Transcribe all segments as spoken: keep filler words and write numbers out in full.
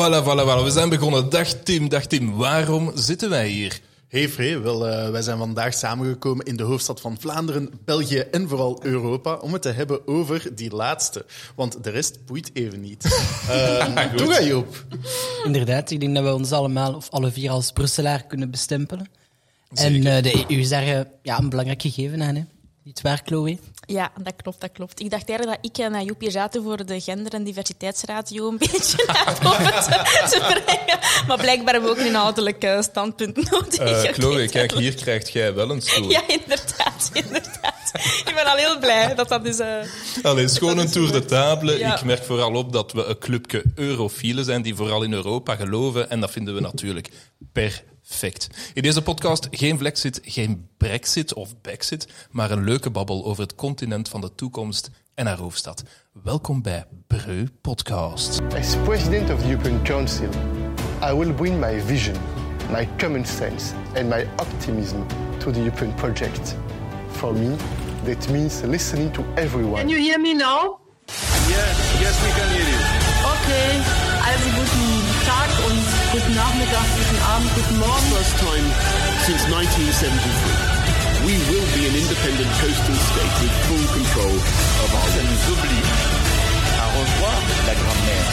Voilà, voilà, voilà. We zijn begonnen. Dag Tim, dag Tim. Waarom zitten wij hier? Hey Free, wel, uh, wij zijn vandaag samengekomen in de hoofdstad van Vlaanderen, België en vooral Europa om het te hebben over die laatste. Want de rest boeit even niet. Uh, Doe ga je op. Inderdaad, ik denk dat we ons allemaal, of alle vier, als Brusselaar kunnen bestempelen. Zeker. En uh, de E U is daar uh, ja, een belangrijk gegeven aan, hè? Niet waar, Chloe? Ja, dat klopt, dat klopt. Ik dacht eigenlijk dat ik en Joep hier zaten voor de gender- en diversiteitsratio een beetje naar boven te, te brengen. Maar blijkbaar hebben we ook een inhoudelijk uh, standpunt nodig. Uh, Okay, Chloe, kijk, hier krijgt jij wel een stoel. Ja, inderdaad, inderdaad. Ik ben al heel blij dat dat is... Uh, Allee, schoon een tour de table. Ja. Ik merk vooral op dat we een clubje eurofielen zijn die vooral in Europa geloven. En dat vinden we natuurlijk perfect. In deze podcast geen Flexit, geen Brexit of Backsit, maar een leuke babbel over het continent van de toekomst en haar hoofdstad. Welkom bij Breu Podcast. As President of the European Council, I will bring my vision, my common sense and my optimism to the European project. For me, that means listening to everyone. Can you hear me now? Yes, yes, we can hear you. Okay, also guten Tag und guten Nachmittag, guten Abend, guten Morgen. First time since nineteen seventy-three. We will be an independent coastal state with full control of our waters. Au revoir, la grand-mère.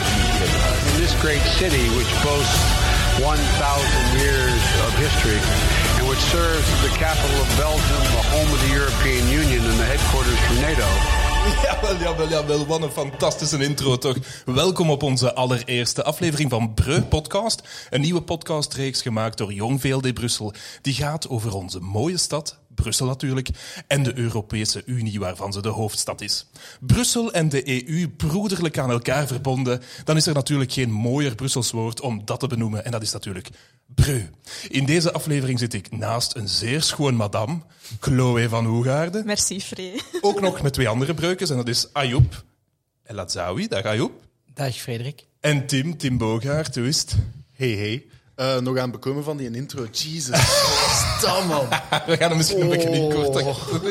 In this great city, which boasts one thousand years of history, and which serves as the capital of Belgium, the home of the European Union, and the headquarters for NATO. Jawel, jawel, jawel. Wat een fantastische intro, toch? Welkom op onze allereerste aflevering van Breu Podcast. Een nieuwe podcastreeks gemaakt door Jong V L D Brussel. Die gaat over onze mooie stad, Brussel natuurlijk, en de Europese Unie, waarvan ze de hoofdstad is. Brussel en de E U broederlijk aan elkaar verbonden, dan is er natuurlijk geen mooier Brussels woord om dat te benoemen, en dat is natuurlijk Breu. In deze aflevering zit ik naast een zeer schoon madame, Chloe van Hoegaarde. merci, Free. Ook nog met twee andere breukers, en dat is Ayoub El Adzaoui. Dag Ayoub. Dag, Frederik. En Tim, Tim Boogaard, hoe is het? Hey, hey. Uh, nog aan het bekomen van die intro. Jesus, stam man. We gaan hem misschien een beetje inkorten.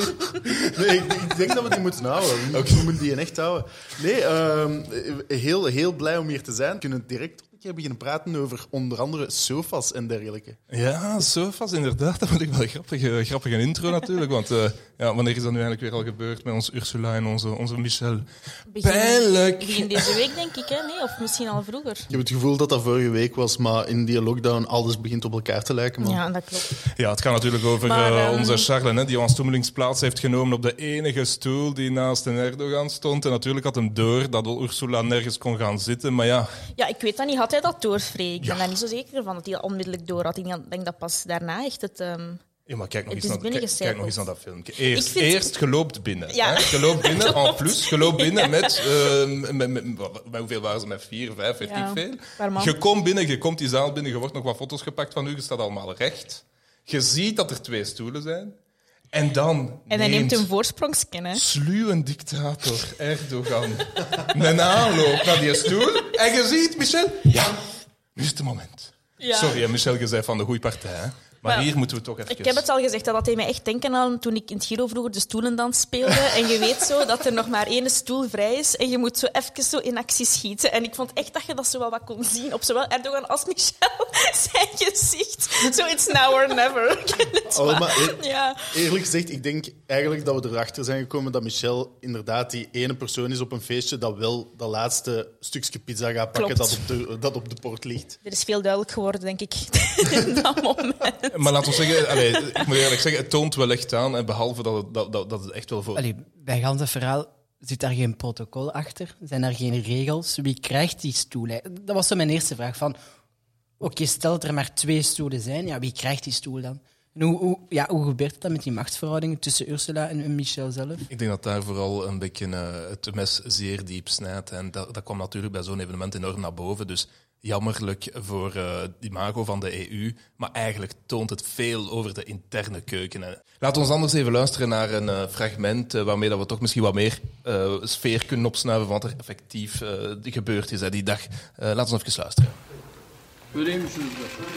Nee, ik, ik denk dat we die moeten houden. We Okay. moeten die echt houden. Nee, uh, heel, heel blij om hier te zijn. We kunnen direct een keer beginnen praten over onder andere sofa's en dergelijke. Ja, sofa's, inderdaad. Dat vond ik wel een grappige, grappige intro natuurlijk. Want uh, ja, wanneer is dat nu eigenlijk weer al gebeurd met ons Ursula en onze, onze Michel? Begin, Pijnlijk. begin deze week, denk ik, hè? Nee, of misschien al vroeger. Ik heb het gevoel dat dat vorige week was, maar in die lockdown alles begint op elkaar te lijken. Man. Ja, dat klopt. Ja, het gaat natuurlijk over Maar, uh, um... onze Charles, hè, die ons stoemelingsplaats heeft genomen op de enige stoel die naast een Erdogan stond. En natuurlijk had hem door dat Ursula nergens kon gaan zitten, maar ja... Ja, ik weet dat niet. Had hij dat door, Free? Ik ben Ja. daar niet zo zeker van dat hij dat onmiddellijk door had. Ik denk dat pas daarna echt het... Um... Ja, maar kijk nog, Het eens is naar, kijk, binnengecijpeld. kijk nog eens naar dat filmpje. Eerst, Ik vind- eerst je loopt binnen. Ja. Hè? Je loopt binnen, en Klopt. plus, je loopt binnen met, uh, met, met, met... met hoeveel waren ze? Met vier, vijf, weet Ja, ik veel. paar man. Je komt binnen, je komt die zaal binnen, je wordt nog wat foto's gepakt van u, je staat allemaal recht. Je ziet dat er twee stoelen zijn. En dan En hij neemt een voorsprongsken, hè? sluwe dictator Erdogan een aanloop naar die stoel. En je ziet, Michel, ja, nu is het moment. Ja. Sorry, hè, Michel, je zei van de goede partij, hè. Maar, Maar hier moeten we toch even... Ik heb het al gezegd, dat deed mij echt denken aan toen ik in het Giro vroeger de stoelendans speelde. En je weet zo dat er nog maar één stoel vrij is en je moet zo even zo in actie schieten. En ik vond echt dat je dat zo wel wat kon zien op zowel Erdogan als Michel. Zijn gezicht. Zo, it's now or never. Oh, maar eer- Ja. Eerlijk gezegd, ik denk eigenlijk dat we erachter zijn gekomen dat Michel inderdaad die ene persoon is op een feestje dat wel dat laatste stukje pizza gaat pakken dat Klopt. op, de, dat op de bord ligt. Er is veel duidelijk geworden, denk ik, in dat moment. Maar laten we zeggen, allez, ik moet eerlijk zeggen, het toont wel echt aan, en behalve dat het, dat, dat, dat het echt wel voor... Allee, bij gans het verhaal zit daar geen protocol achter. Zijn daar geen regels? Wie krijgt die stoel? Dat was zo mijn eerste vraag. Van, oké, stel dat er maar twee stoelen zijn, ja, wie krijgt die stoel dan? En hoe, hoe, ja, hoe gebeurt het dan met die machtsverhoudingen tussen Ursula en Michel zelf? Ik denk dat daar vooral een beetje uh, het mes zeer diep snijdt. En dat, dat kwam natuurlijk bij zo'n evenement enorm naar boven. Dus jammerlijk voor uh, het imago van de E U. Maar eigenlijk toont het veel over de interne keuken. Hè. Laten we ons anders even luisteren naar een uh, fragment uh, waarmee dat we toch misschien wat meer uh, sfeer kunnen opsnuiven van wat er effectief uh, gebeurd is hè, die dag. Uh, laten we eens even luisteren.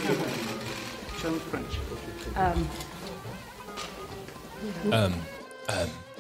Um, Um, um,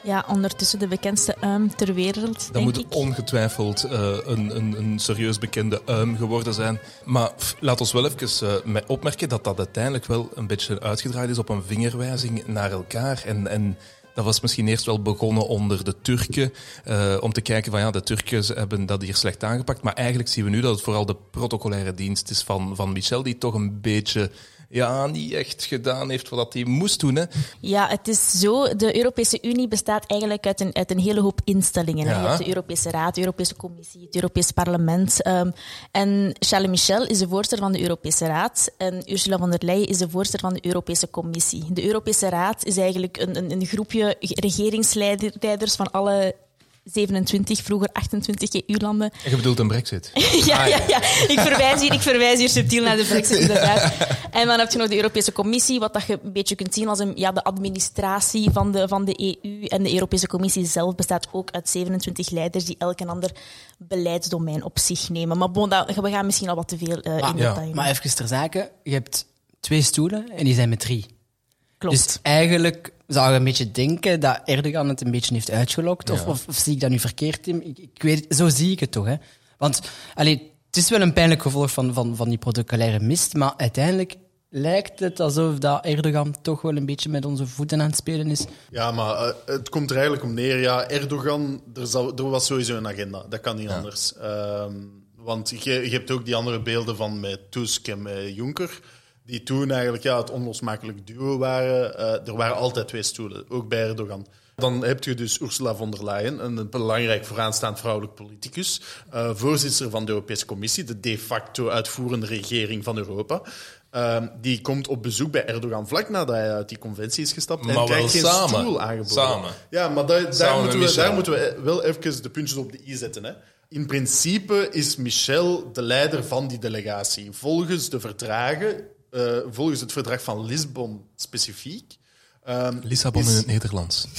Ja, ondertussen de bekendste uim ter wereld, Dat denk moet ik. ongetwijfeld uh, een, een, een serieus bekende uim geworden zijn. Maar pff, laat ons wel even uh, met opmerken dat dat uiteindelijk wel een beetje uitgedraaid is op een vingerwijzing naar elkaar. En, en dat was misschien eerst wel begonnen onder de Turken, uh, om te kijken van ja, de Turken hebben dat hier slecht aangepakt. Maar eigenlijk zien we nu dat het vooral de protocolaire dienst is van, van Michel, die toch een beetje... ja, niet echt gedaan heeft wat hij moest doen. Hè. Ja, het is zo. De Europese Unie bestaat eigenlijk uit een, uit een hele hoop instellingen. Hè. Ja. Je hebt de Europese Raad, de Europese Commissie, het Europees Parlement. Um, en Charles Michel is de voorzitter van de Europese Raad. En Ursula von der Leyen is de voorzitter van de Europese Commissie. De Europese Raad is eigenlijk een, een, een groepje regeringsleiders van alle zevenentwintig, vroeger achtentwintig E U-landen. En je bedoelt een brexit? ja, ja, ja. Ik verwijs hier, ik verwijs hier subtiel naar de brexit, inderdaad. En dan heb je nog de Europese Commissie, wat dat je een beetje kunt zien als een, ja, de administratie van de, van de E U. En de Europese Commissie zelf bestaat ook uit zevenentwintig leiders die elk een ander beleidsdomein op zich nemen. Maar bon, dat, we gaan misschien al wat te veel uh, Maar, in ja. detail. Maar even ter zake, je hebt twee stoelen en die zijn met drie. Klopt. Dus eigenlijk zou je een beetje denken dat Erdogan het een beetje heeft uitgelokt. Of, Ja. of, of zie ik dat nu verkeerd, Tim? Ik, ik weet, zo zie ik het toch. Hè? Want allee, het is wel een pijnlijk gevolg van, van, van die protocolaire mist, maar uiteindelijk lijkt het alsof dat Erdogan toch wel een beetje met onze voeten aan het spelen is. Ja, maar uh, het komt er eigenlijk om neer. Ja, Erdogan, er, zal, er was sowieso een agenda. Dat kan niet Ja. anders. Um, want je, je hebt ook die andere beelden van met Tusk en met Juncker, die toen eigenlijk ja, het onlosmakelijk duo waren. Uh, er waren altijd twee stoelen, ook bij Erdogan. Dan heb je dus Ursula von der Leyen, een belangrijk vooraanstaand vrouwelijk politicus, uh, voorzitter van de Europese Commissie, de de facto uitvoerende regering van Europa. Uh, die komt op bezoek bij Erdogan vlak nadat hij uit die conventie is gestapt en Maar krijgt wel geen samen. stoel aangeboden. Samen. Ja, maar da- daar, Samen moeten met we, Michel. daar moeten we wel even de puntjes op de i zetten. Hè. In principe is Michel de leider van die delegatie. Volgens de verdragen, uh, volgens het verdrag van Lisbon specifiek. Um, Lissabon is in het Nederlands.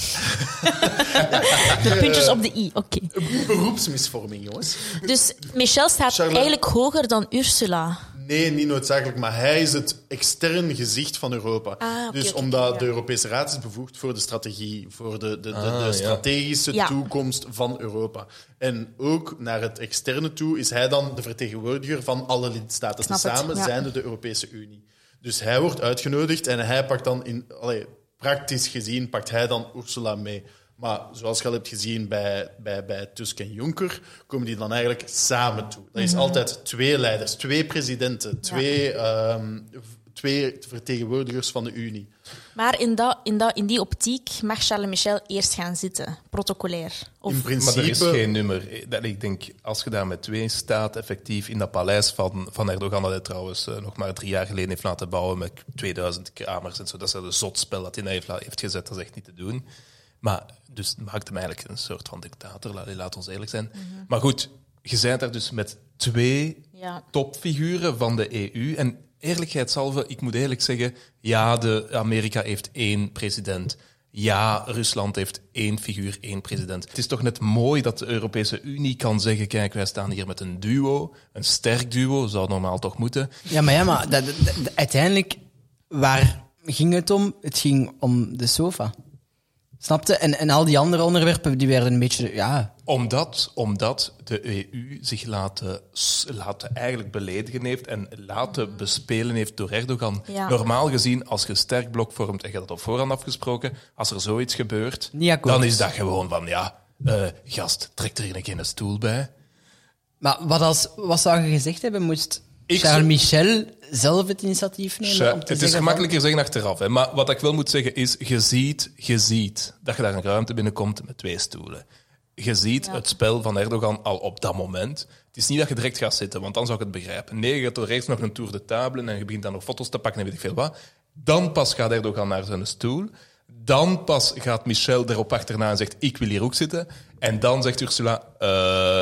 De puntjes op de i, oké. beroepsmisvorming, jongens. Dus Michel staat Charlotte- eigenlijk hoger dan Ursula. Nee, niet noodzakelijk, maar hij is het extern gezicht van Europa. Ah, oké, dus oké, omdat ja. de Europese Raad is bevoegd voor de strategie, voor de, de, de, Ah, de ja. strategische Ja. toekomst van Europa. En ook naar het externe toe is hij dan de vertegenwoordiger van alle lidstaten. Snap het, Samen ja. zijnde de Europese Unie. Dus hij wordt uitgenodigd en hij pakt dan, in, allee, praktisch gezien, pakt hij dan Ursula mee. Maar zoals je al hebt gezien bij, bij, bij Tusk en Juncker, komen die dan eigenlijk samen toe. Dat is altijd twee leiders, twee presidenten, twee, ehm, v- twee vertegenwoordigers van de Unie. Maar in, dat, in, dat, in die optiek mag Charles Michel eerst gaan zitten, protocolair. Of, In Maar er is principe... geen nummer. Dat, ik denk, als je daar met twee staat, effectief in dat paleis van, van Erdogan, dat hij trouwens uh, nog maar drie jaar geleden heeft laten bouwen met tweeduizend kamers en zo, dat is een zotspel dat hij heeft, heeft gezet, dat is echt niet te doen. Maar dus maakt hem eigenlijk een soort van dictator, laat, laat ons eerlijk zijn. Mm-hmm. Maar goed, je bent daar dus met twee ja. topfiguren van de E U. En eerlijkheidshalve, ik moet eerlijk zeggen, ja, de Amerika heeft één president. Ja, Rusland heeft één figuur, één president. Het is toch net mooi dat de Europese Unie kan zeggen, kijk, wij staan hier met een duo, een sterk duo, zou normaal toch moeten. Ja, maar ja, maar dat, dat- dat- uiteindelijk, waar ging het om? Het ging om de sofa. Snapte? En, en al die andere onderwerpen, die werden een beetje, ja... Omdat, omdat de E U zich laten, laten eigenlijk beledigen heeft en laten bespelen heeft door Erdogan. Ja. Normaal gezien, als je een sterk blok vormt en je hebt dat op voorhand afgesproken, als er zoiets gebeurt, Niet akkoord. dan is dat gewoon van, ja, uh, gast, trek er een keer een stoel bij. Maar wat, als, wat zou je gezegd hebben? Moest Ik Charles zou- Michel zelf het initiatief nemen? Tja, om te het is zeggen gemakkelijker zeggen achteraf. Hè. Maar wat ik wel moet zeggen is, je ziet, je ziet dat je daar een ruimte binnenkomt met twee stoelen. Je ziet Ja. het spel van Erdogan al op dat moment. Het is niet dat je direct gaat zitten, want dan zou ik het begrijpen. Nee, je gaat er eerst nog een tour de table en je begint dan nog foto's te pakken en weet ik veel wat. Dan pas gaat Erdogan naar zijn stoel. Dan pas gaat Michel erop achterna en zegt, ik wil hier ook zitten. En dan zegt Ursula... Uh...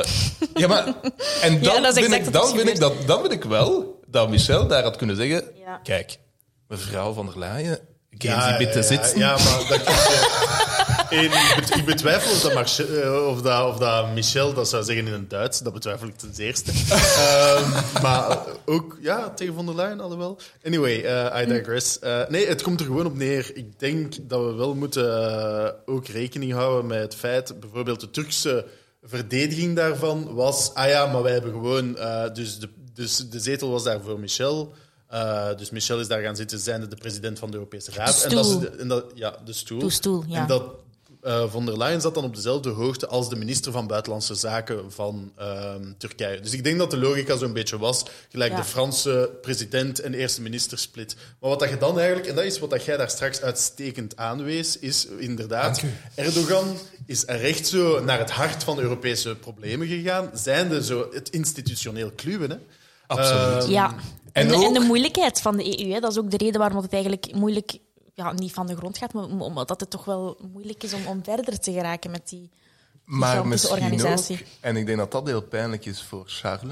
ja, maar... En dan, Ja, dat is vind, exact ik, wat dan, er vind ik dat, dan vind ik wel dat Michel daar had kunnen zeggen... Ja. Kijk, mevrouw van der Leyen, Gainsy te zitten. Ja, maar dat kun je... En ik, bet- ik betwijfel of dat, Marche- of, dat, of dat Michel dat zou zeggen in het Duits. Dat betwijfel ik ten zeerste. um, maar ook, ja, tegen von der Leyen alhoewel. Anyway, uh, I digress. Uh, nee, het komt er gewoon op neer. Ik denk dat we wel moeten uh, ook rekening houden met het feit... Bijvoorbeeld de Turkse verdediging daarvan was... Ah ja, maar wij hebben gewoon... Uh, dus, de, dus de zetel was daar voor Michel... Uh, dus Michel is daar gaan zitten, zijnde de president van de Europese Raad. De stoel. En dat is de, en dat, ja, de stoel. De stoel, ja. En dat uh, von der Leyen zat dan op dezelfde hoogte als de minister van Buitenlandse Zaken van uh, Turkije. Dus ik denk dat de logica zo'n beetje was, gelijk Ja. de Franse president en eerste minister split. Maar wat dat je dan eigenlijk, en dat is wat dat jij daar straks uitstekend aanwees, is inderdaad, Erdogan is er echt zo naar het hart van Europese problemen gegaan, zijnde zo het institutioneel kluwen, hè. Absoluut. Um, Ja. En, En de, ook- en de moeilijkheid van de E U, hè, dat is ook de reden waarom het eigenlijk moeilijk, ja, niet van de grond gaat, maar om- omdat het toch wel moeilijk is om, om verder te geraken met die Maar gigantische misschien organisatie. ook, en ik denk dat dat heel pijnlijk is voor Charles,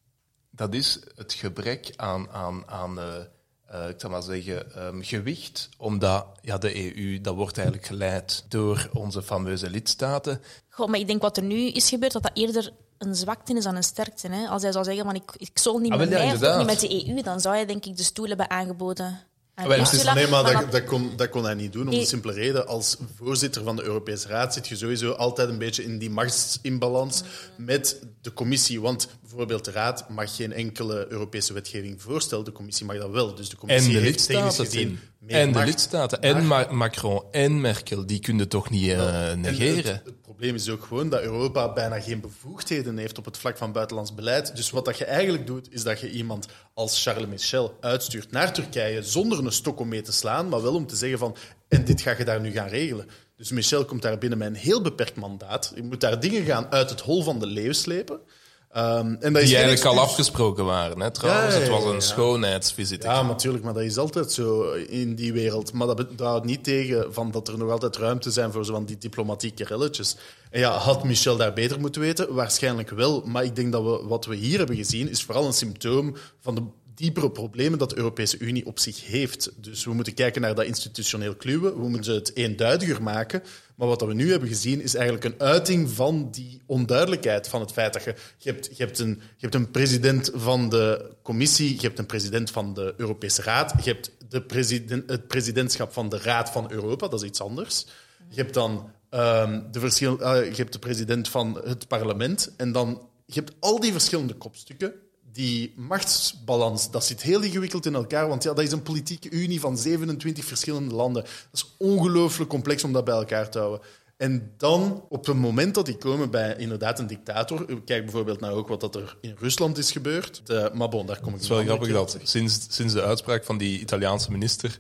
dat is het gebrek aan, aan, aan uh, uh, ik zal maar zeggen, um, gewicht, omdat ja, de E U, dat wordt eigenlijk geleid door onze fameuze lidstaten. Goh, maar ik denk wat er nu is gebeurd, dat dat eerder een zwakte is dan een sterkte. Hè? Als hij zou zeggen, man, ik, ik zal niet Ah, met wel, ja, mij of toch niet inderdaad. met de E U, dan zou hij denk ik de stoel hebben aangeboden aan wel, het is- Ursula. Nee, maar Maar dat, dat, kon, dat kon hij niet doen, om de Nee. simpele reden. Als voorzitter van de Europese Raad zit je sowieso altijd een beetje in die machtsinbalans met de commissie. Want bijvoorbeeld de Raad mag geen enkele Europese wetgeving voorstellen. De commissie mag dat wel. Dus de En commissie de heeft technisch lidstaten. gezien Tim. meer En de macht. lidstaten. En Ma- Macron en Merkel, die kunnen toch niet uh, En negeren? Het, het probleem is ook gewoon dat Europa bijna geen bevoegdheden heeft op het vlak van buitenlands beleid. Dus wat dat je eigenlijk doet, is dat je iemand als Charles Michel uitstuurt naar Turkije zonder een stok om mee te slaan, maar wel om te zeggen van, en dit ga je daar nu gaan regelen. Dus Michel komt daar binnen met een heel beperkt mandaat. Je moet daar dingen gaan uit het hol van de leeuw slepen. Um, en dat is Die geen eigenlijk al excuus. afgesproken waren, hè, trouwens. Ja, ja, Het was ja, een ja. schoonheidsvisite. Ja, natuurlijk, maar dat is altijd zo in die wereld. Maar dat, be- dat houdt niet tegen van dat er nog altijd ruimte zijn voor zo van die diplomatieke relletjes. En ja, had Michel daar beter moeten weten? Waarschijnlijk wel. Maar ik denk dat we wat we hier hebben gezien is vooral een symptoom van de diepere problemen dat de Europese Unie op zich heeft. Dus we moeten kijken naar dat institutioneel kluwen. We moeten het eenduidiger maken. Maar wat we nu hebben gezien is eigenlijk een uiting van die onduidelijkheid van het feit dat je... Je hebt, je hebt, een, je hebt een president van de commissie, je hebt een president van de Europese Raad, je hebt de president, het presidentschap van de Raad van Europa, dat is iets anders. Je hebt dan um, de, verschil, uh, je hebt de president van het parlement en dan... Je hebt al die verschillende kopstukken. Die machtsbalans, dat zit heel ingewikkeld in elkaar, want ja, dat is een politieke unie van zevenentwintig verschillende landen. Dat is ongelooflijk complex om dat bij elkaar te houden. En dan, op het moment dat die komen bij inderdaad een dictator, kijk bijvoorbeeld naar ook wat dat er in Rusland is gebeurd. De, maar bon, daar kom ik Het is wel nog een grappig andere dat sinds, sinds de uitspraak van die Italiaanse minister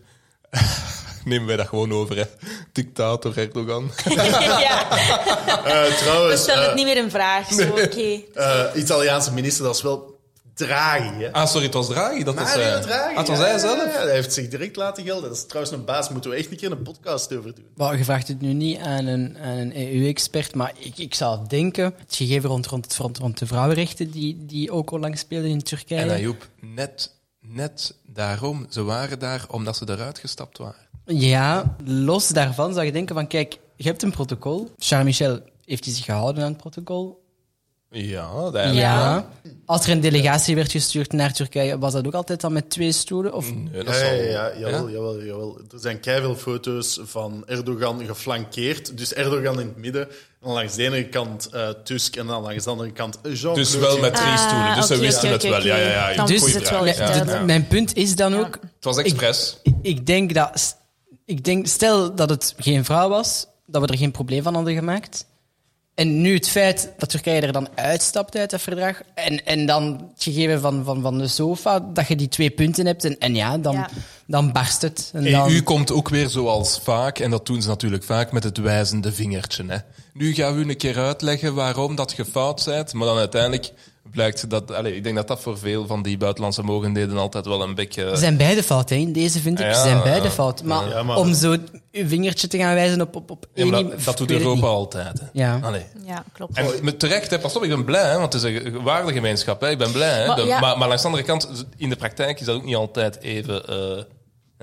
nemen wij dat gewoon over, hè. Dictator Erdogan. ja, keer. Uh, trouwens, we stellen uh, het niet meer in vraag. Zo, oké. uh, Italiaanse minister, dat is wel Draghi, hè? Ah, sorry, het was Draghi. Dat was, Mario eh, Draghi. ah, het was ja, hij zelf. ja, ja, hij heeft zich direct laten gelden. Dat is trouwens een baas. Moeten we echt een keer een podcast over doen. Maar je vraagt het nu niet aan een, aan een E U-expert, maar ik, ik zou denken, het gegeven rond, rond het front rond de vrouwenrechten, die, die ook onlangs speelden in Turkije. En Ayoub, net, net daarom, ze waren daar omdat ze eruit gestapt waren. Ja, los daarvan zou je denken van, kijk, je hebt een protocol. Charles Michel heeft hij zich gehouden aan het protocol. Ja, dat Ja. Als er een delegatie werd gestuurd naar Turkije, was dat ook altijd dan met twee stoelen? Of... Nee, dat Ja, zal- ja, ja, jawel, ja. jawel, jawel. Er zijn keiveel foto's van Erdogan geflankeerd. Dus Erdogan in het midden. En dan langs de ene kant uh, Tusk en dan langs de andere kant Jean-Claude. Dus wel met drie Ah, stoelen, dus ze oké, wisten oké, het oké, wel. Ja, ja, ja. oké. Dan Dus- Goeie is het wel vraag. echt Ja. duidelijk. De- mijn punt is dan ook, Het was expres. ik, ik denk dat, ik denk, stel dat het geen vrouw was, dat we er geen probleem van hadden gemaakt. En nu het feit dat Turkije er dan uitstapt uit dat verdrag, en, en dan het gegeven van, van, van de sofa, dat je die twee punten hebt, en, en ja, dan, Ja. dan barst het. En dan, E U komt ook weer zoals vaak, en dat doen ze natuurlijk vaak met het wijzende vingertje. Hè. Nu gaan we u een keer uitleggen waarom dat je fout bent, maar dan uiteindelijk blijkt dat... Allez, ik denk dat dat voor veel van die buitenlandse mogendheden altijd wel een beetje... Ze zijn beide fout, hè. In deze vind ik. Ja, Ze zijn beide ja. fout. Maar, Ja, maar- om zo uw vingertje te gaan wijzen op, op, op Ja, één maar iemand- dat, dat doet ik weet het Europa niet. altijd. Hè. Ja. Allee. Ja, klopt. En met terecht, hè, pas op, ik ben blij, hè, want het is een waardegemeenschap. Hè. Ik ben blij. Hè. Maar, De- ja. maar, maar langs de andere kant, in de praktijk is dat ook niet altijd even... eh, ja.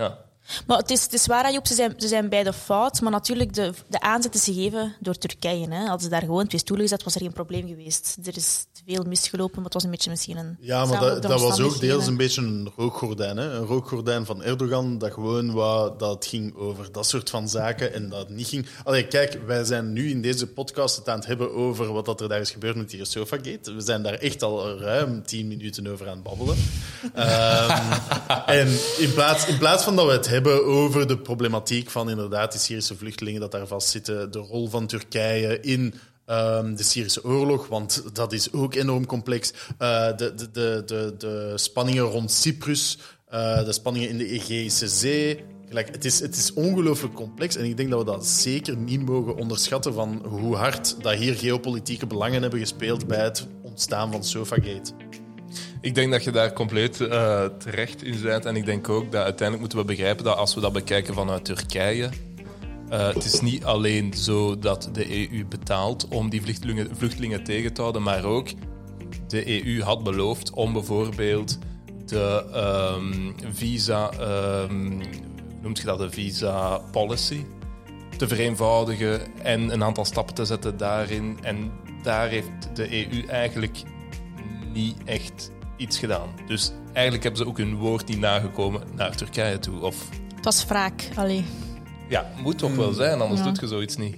Maar het is, het is waar, Joep, ze zijn, ze zijn beide fout. Maar natuurlijk, de, de aanzet is gegeven door Turkije. Hè. Hadden ze daar gewoon twee stoelen gezet, was er geen probleem geweest. Er is veel misgelopen, maar het was een beetje misschien een... Ja, maar dat, dat was ook deels een beetje een rookgordijn. Hè? Een rookgordijn van Erdogan, dat gewoon wou, dat het ging over dat soort van zaken en dat het niet ging... Allee, kijk, wij zijn nu in deze podcast het aan het hebben over wat dat er daar is gebeurd met die Sofagate. We zijn daar echt al ruim tien minuten over aan het babbelen. um, en in plaats, in plaats van dat we het hebben over de problematiek van inderdaad die Syrische vluchtelingen dat daar vastzitten, de rol van Turkije in um, de Syrische oorlog, want dat is ook enorm complex. Uh, de, de, de, de, de spanningen rond Cyprus, uh, de spanningen in de Egeïsche Zee. Gelijk, het is, het is ongelooflijk complex en ik denk dat we dat zeker niet mogen onderschatten van hoe hard dat hier geopolitieke belangen hebben gespeeld bij het ontstaan van Sofagate. Ik denk dat je daar compleet uh, terecht in bent. En ik denk ook dat uiteindelijk moeten we begrijpen dat als we dat bekijken vanuit Turkije, uh, het is niet alleen zo dat de E U betaalt om die vluchtelingen, vluchtelingen tegen te houden, maar ook de E U had beloofd om bijvoorbeeld de um, visa, um, hoe noemt je dat, de visa policy te vereenvoudigen en een aantal stappen te zetten daarin. En daar heeft de E U eigenlijk niet echt iets gedaan. Dus eigenlijk hebben ze ook hun woord niet nagekomen naar Turkije toe. Of... Het was wraak, allee. Ja, moet toch wel zijn, anders ja. doet je zoiets niet.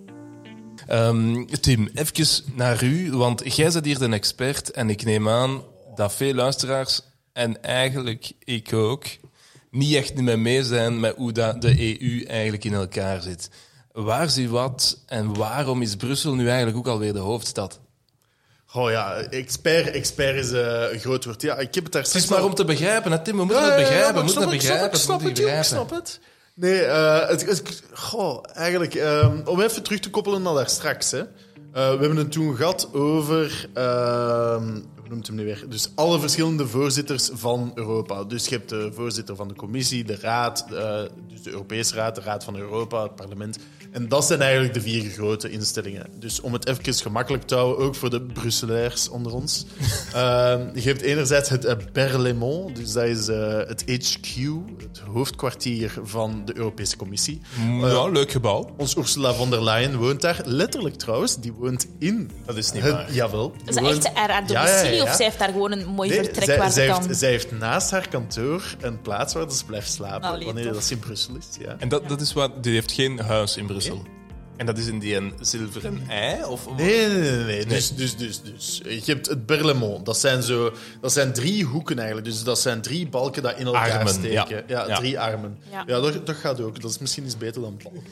Um, Tim, even naar u, want jij bent hier de expert en ik neem aan dat veel luisteraars, en eigenlijk ik ook, niet echt mee mee zijn met hoe dat de E U eigenlijk in elkaar zit. Waar zie wat en waarom is Brussel nu eigenlijk ook alweer de hoofdstad? Oh ja, expert, expert is uh, een groot woord. Ja, ik heb het daar het is maar om te begrijpen, hè, Tim. We moeten ja, het begrijpen. Ja, we moeten het begrijpen. Ik snap het, ik snap het. Nee, uh, het, het, goh, eigenlijk, um, om even terug te koppelen naar daar straks. Hè. Uh, we hebben het toen gehad over... Uh, hoe noemt hem nu weer? Dus alle verschillende voorzitters van Europa. Dus je hebt de voorzitter van de Commissie, de Raad, uh, dus de Europese Raad, de Raad van Europa, het parlement. En dat zijn eigenlijk de vier grote instellingen. Dus om het even gemakkelijk te houden, ook voor de Brusselaars onder ons. uh, je hebt enerzijds het uh, Berlaymont, dus dat is uh, het H Q, het hoofdkwartier van de Europese Commissie. Uh, ja, leuk gebouw. Ons Ursula von der Leyen woont daar, letterlijk trouwens, die woont in... Dat is niet het, waar. Jawel. Is dat echt haar domicilie, ja, ja, ja, ja. Of zij heeft daar gewoon een mooi nee, vertrek zij, waar zij ze heeft, kan... Zij heeft naast haar kantoor een plaats waar ze blijft slapen, Allee, wanneer tof. dat in Brussel is. Ja. En dat, dat is wat... Die heeft geen huis in Brussel. Nee. En dat is in die een zilveren ei? Of... Nee, nee, nee. nee. nee. Dus, dus, dus, dus. Je hebt het Berlaymont. Dat zijn, zo, dat zijn drie hoeken eigenlijk. Dus dat zijn drie balken die in elkaar armen, steken. Ja, ja, ja. drie armen. Ja, ja dat, dat gaat ook. Dat is misschien iets beter dan balken.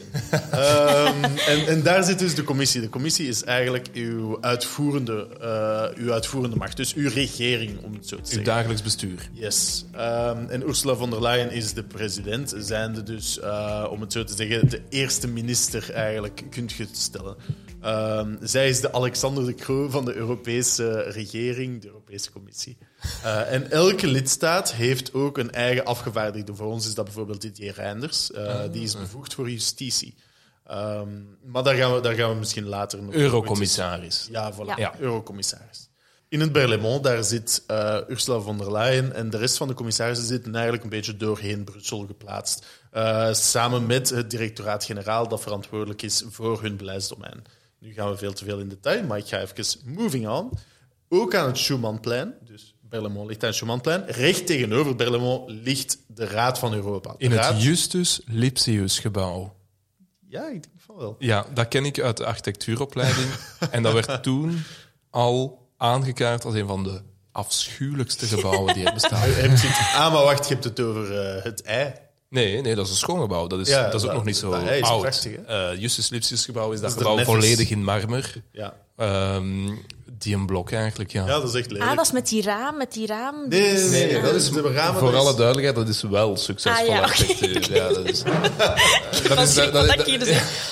um, en, en daar zit dus de commissie. De commissie is eigenlijk uw uitvoerende, uh, uw uitvoerende macht. Dus uw regering, om het zo te zeggen. Uw dagelijks bestuur. Yes. Um, en Ursula von der Leyen is de president. Zijnde dus, uh, om het zo te zeggen, de eerste minister eigenlijk. Kunt je het stellen. Um, zij is de Alexander de Croo van de Europese regering, de Europese Commissie. Uh, en elke lidstaat heeft ook een eigen afgevaardigde. Voor ons is dat bijvoorbeeld Didier Reinders. Uh, die is bevoegd voor justitie. Um, maar daar gaan, we, daar gaan we misschien later nog... Eurocommissaris. Ja, voilà. Ja. Ja. Eurocommissaris. In het Berlaymont, daar zit uh, Ursula von der Leyen en de rest van de commissarissen zitten eigenlijk een beetje doorheen Brussel geplaatst. Uh, samen met het directoraat-generaal dat verantwoordelijk is voor hun beleidsdomein. Nu gaan we veel te veel in detail, maar ik ga even moving on. Ook aan het Schumannplein, dus Berlaymont ligt aan het Schumannplein. Recht tegenover Berlaymont ligt de Raad van Europa. De in Raad... het Justus Lipsius gebouw. Ja, ik denk van wel. Ja, dat ken ik uit de architectuuropleiding. En dat werd toen al aangekaart als een van de afschuwelijkste gebouwen die er bestaan. Ah, maar wacht, je hebt het over uh, het ei. Nee, nee, dat is een schoon gebouw. Dat is, ja, dat is ook dat, nog niet zo dat is oud. Prachtig, uh, Justus Lipsius gebouw is dat, dat gebouw is volledig in marmer. Ja. Um, die een blok eigenlijk, ja. Ja, dat is echt lelijk. Ah, dat is met die raam, met die raam. Nee, nee, nee, nee, nee, dat is de ramen. Voor dat alle is... duidelijkheid, dat is wel succesvol ah, ja, architectuur. okay. Ja, dat is... dat is dat, dat, dat, dat,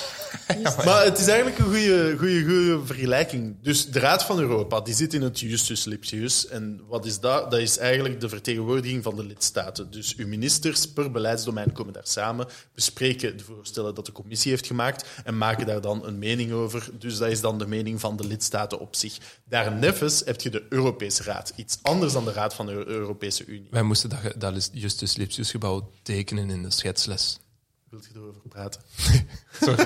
Maar het is eigenlijk een goede, goede, goede vergelijking. Dus de Raad van Europa die zit in het Justus Lipsius. En wat is dat? Dat is eigenlijk de vertegenwoordiging van de lidstaten. Dus uw ministers per beleidsdomein komen daar samen, bespreken de voorstellen dat de commissie heeft gemaakt en maken daar dan een mening over. Dus dat is dan de mening van de lidstaten op zich. Daarnevens heb je de Europese Raad. Iets anders dan de Raad van de Europese Unie. Wij moesten dat, dat Justus Lipsius gebouw tekenen in de schetsles. Wilt je erover praten? Sorry.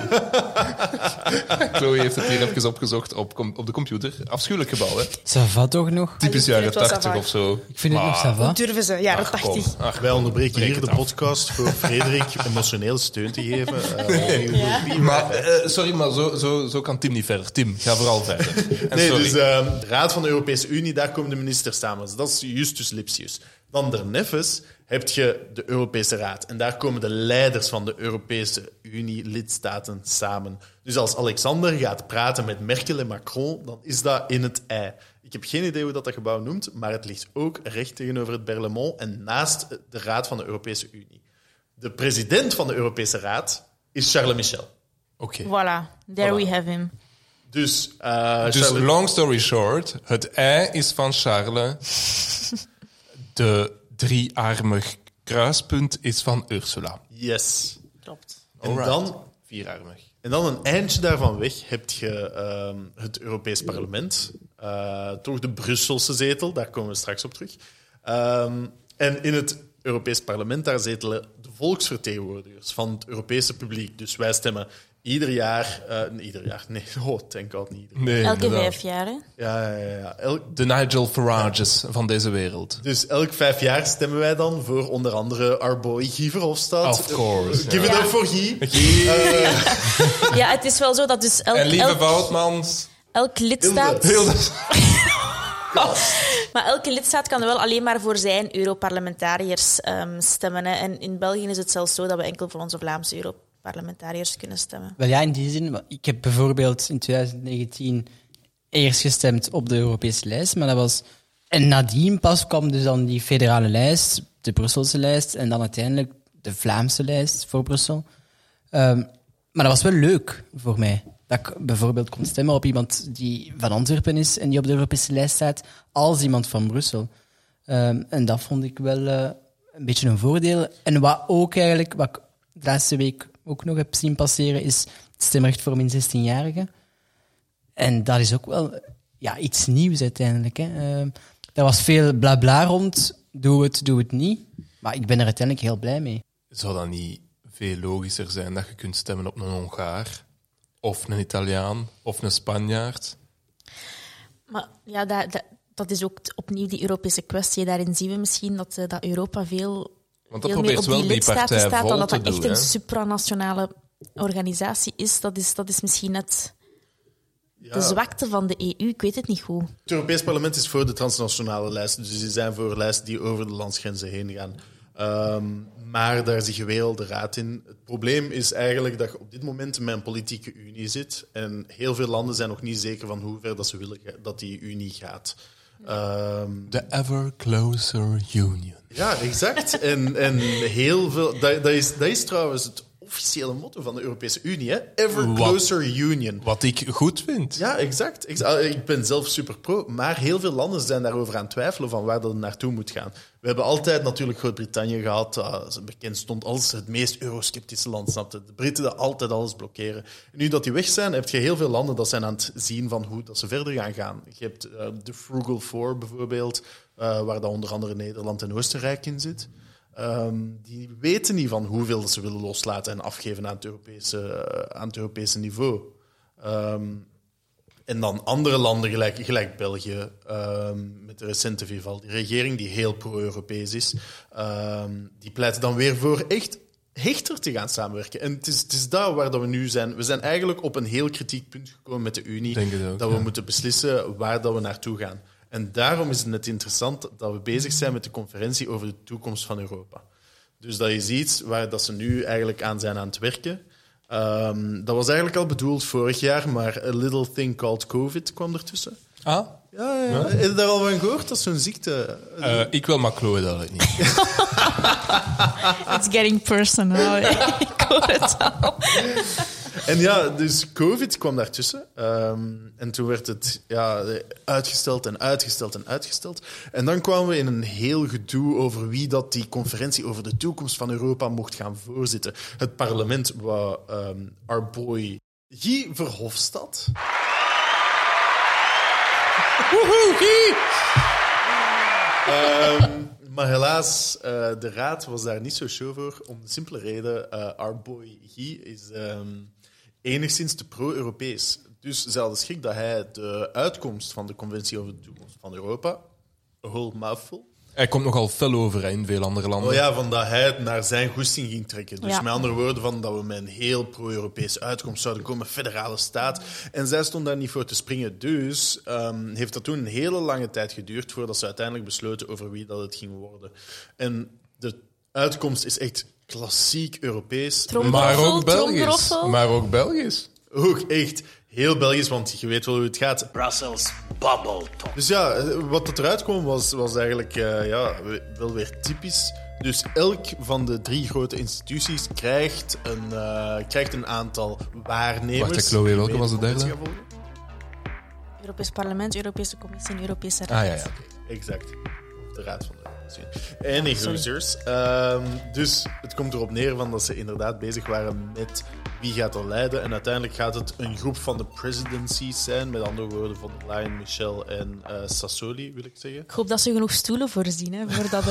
Chloe heeft het hier even opgezocht op, com- op de computer. Afschuwelijk gebouw, hè? Ça va toch nog? Typisch Ah, ik jaren vind het wel tachtig ça va. of zo. Ik vind het nog ça va. Hoe durven ze? Jaren Ach, kom. tachtig. Ach, Wij onderbreken breek hier het de af. podcast voor Frederik emotioneel steun te geven. Uh, Maar, eh, sorry, maar zo, zo, zo kan Tim niet verder. Tim, ga vooral verder. En Nee, sorry. dus uh, de Raad van de Europese Unie, daar komen de ministers samen. Dus dat is Justus Lipsius. Dan daarnevens heb je de Europese Raad. En daar komen de leiders van de Europese Unie-lidstaten samen. Dus als Alexander gaat praten met Merkel en Macron, dan is dat in het ei. Ik heb geen idee hoe dat, dat gebouw noemt, maar het ligt ook recht tegenover het Berlaymont en naast de Raad van de Europese Unie. De president van de Europese Raad is Charles Michel. Oké. Voilà, there Voilà. we have him. Dus, uh, Dus Charles- long story short, het ei is van Charles. De driearmig kruispunt is van Ursula. Yes. Klopt. En Alright. dan, Vierarmig. en dan een eindje daarvan weg heb je ehm, het Europees Parlement. Uh, toch de Brusselse zetel, daar komen we straks op terug. Ehm, en in het Europees Parlement daar zetelen de volksvertegenwoordigers van het Europese publiek. Dus wij stemmen ieder jaar... Uh, ieder jaar, nee, oh, thank God, niet ieder jaar. Nee, Elke inderdaad. vijf jaar, hè? Ja, ja, ja. Elk, De Nigel Farages van deze wereld. dus elk vijf jaar stemmen wij dan voor onder andere our boy Guy Verhofstadt. Of course, Give it ja. up for Guy. Ja, het is wel zo dat dus elk, En lieve elk, Woutmans. elk lidstaat... Hilde. Maar elke lidstaat kan wel alleen maar voor zijn Europarlementariërs um, stemmen. Hè. En in België is het zelfs zo dat we enkel voor onze Vlaamse Europarlementariërs kunnen stemmen. Wel ja, in die zin. want Ik heb bijvoorbeeld in twintig negentien eerst gestemd op de Europese lijst, maar dat was... En nadien pas kwam dus dan die federale lijst, de Brusselse lijst, en dan uiteindelijk de Vlaamse lijst voor Brussel. Um, maar dat was wel leuk voor mij. Dat ik bijvoorbeeld kon stemmen op iemand die van Antwerpen is en die op de Europese lijst staat, als iemand van Brussel. Um, en dat vond ik wel uh, een beetje een voordeel. En wat ook eigenlijk, wat ik de laatste week ook nog heb zien passeren, is het stemrecht voor min zestienjarigen. En dat is ook wel ja, iets nieuws uiteindelijk. Hè. Uh, er was veel blabla rond, doe het, doe het niet. Maar ik ben er uiteindelijk heel blij mee. Zou dat niet veel logischer zijn dat je kunt stemmen op een Hongaar? Of een Italiaan? Of een Spanjaard? Maar ja, dat, dat, dat is ook t- opnieuw die Europese kwestie. Daarin zien we misschien dat, uh, dat Europa veel, Want dat veel meer probeert op die wel die lidstaten partij staat dan vol dat te dat echt doen. een hè. supranationale organisatie is. Dat is, dat is misschien net de zwakte van de E U. Ik weet het niet goed. Het Europees Parlement is voor de transnationale lijsten, dus die zijn voor lijsten die over de landsgrenzen heen gaan. Um, maar daar zie je wel de raad in. Het probleem is eigenlijk dat je op dit moment met een politieke unie zit en heel veel landen zijn nog niet zeker van hoe ver dat ze willen ga- dat die unie gaat. Um, The ever closer union. ja, exact. En, en heel veel... Dat, dat, is, dat is trouwens het officiële motto van de Europese Unie, hè? Ever Wat? closer union. Wat ik goed vind. Ja, exact. Ik, ah, ik ben zelf super pro, maar heel veel landen zijn daarover aan het twijfelen van waar dat naartoe moet gaan. We hebben altijd natuurlijk Groot-Brittannië gehad, dat bekend stond als het meest eurosceptische land, snapte. De Britten dat altijd alles blokkeren. En nu dat die weg zijn, heb je heel veel landen dat zijn aan het zien van hoe dat ze verder gaan gaan. Je hebt uh, de Frugal Four bijvoorbeeld, uh, waar dat onder andere Nederland en Oostenrijk in zit. Um, die weten niet van hoeveel dat ze willen loslaten en afgeven aan het Europese, uh, aan het Europese niveau. Um, en dan andere landen, gelijk, gelijk België, um, met de recente Vivaldi-regering, die heel pro-Europees is, um, die pleiten dan weer voor echt hechter te gaan samenwerken. En het is, het is daar waar dat we nu zijn. We zijn eigenlijk op een heel kritiek punt gekomen met de Unie, Denk het ook, dat we ja. moeten beslissen waar dat we naartoe gaan. En daarom is het net interessant dat we bezig zijn met de conferentie over de toekomst van Europa. Dus dat is iets waar dat ze nu eigenlijk aan zijn aan het werken. Um, dat was eigenlijk al bedoeld vorig jaar, maar a little thing called COVID kwam ertussen. Ah? Ja, ja. ja. Heb je daar al van gehoord? Dat is zo'n ziekte. Uh, ik wil maar Chloe dat het niet. It's getting personal. Ik hoor het al. En ja, dus COVID kwam daartussen. Um, en toen werd het ja, uitgesteld en uitgesteld en uitgesteld. En dan kwamen we in een heel gedoe over wie dat die conferentie over de toekomst van Europa mocht gaan voorzitten. Het parlement wou um, our boy Guy Verhofstadt. Woehoe, Guy! um, maar helaas, uh, de raad was daar niet zo show voor. Om de simpele reden, uh, our boy Guy is um, enigszins te pro-Europees. Dus ze hadden schrik dat hij de uitkomst van de conventie over de toekomst van Europa, a whole mouthful, Hij komt nogal fel over hè, in veel andere landen. Oh ja, van dat hij het naar zijn goesting ging trekken. Dus Ja. met andere woorden, van dat we met een heel pro-Europese uitkomst zouden komen, federale staat. En zij stond daar niet voor te springen. Dus um, heeft dat toen een hele lange tijd geduurd voordat ze uiteindelijk besloten over wie dat het ging worden. En de uitkomst is echt klassiek Europees. Maar ook Belgisch. tromgeroffel. Maar ook Belgisch. Ook echt heel Belgisch, want je weet wel hoe het gaat. Brussels bubble top. Dus ja, wat het eruit kwam was, was eigenlijk uh, ja, wel weer typisch. Dus elk van de drie grote instituties krijgt een, uh, krijgt een aantal waarnemers. Wacht, Chloe, welke was de derde? die gaan volgen. Europees Parlement, Europese Commissie en Europese Raad. Ah ja, ja. Exact. Of de Raad van de Europese Unie. En Hoosers. Um, dus het komt erop neer van dat ze inderdaad bezig waren met wie gaat er leiden. En uiteindelijk gaat het een groep van de presidencies zijn. Met andere woorden, von der Leyen, Michel en uh, Sassoli, wil ik zeggen. Ik hoop dat ze genoeg stoelen voorzien hè, voor dat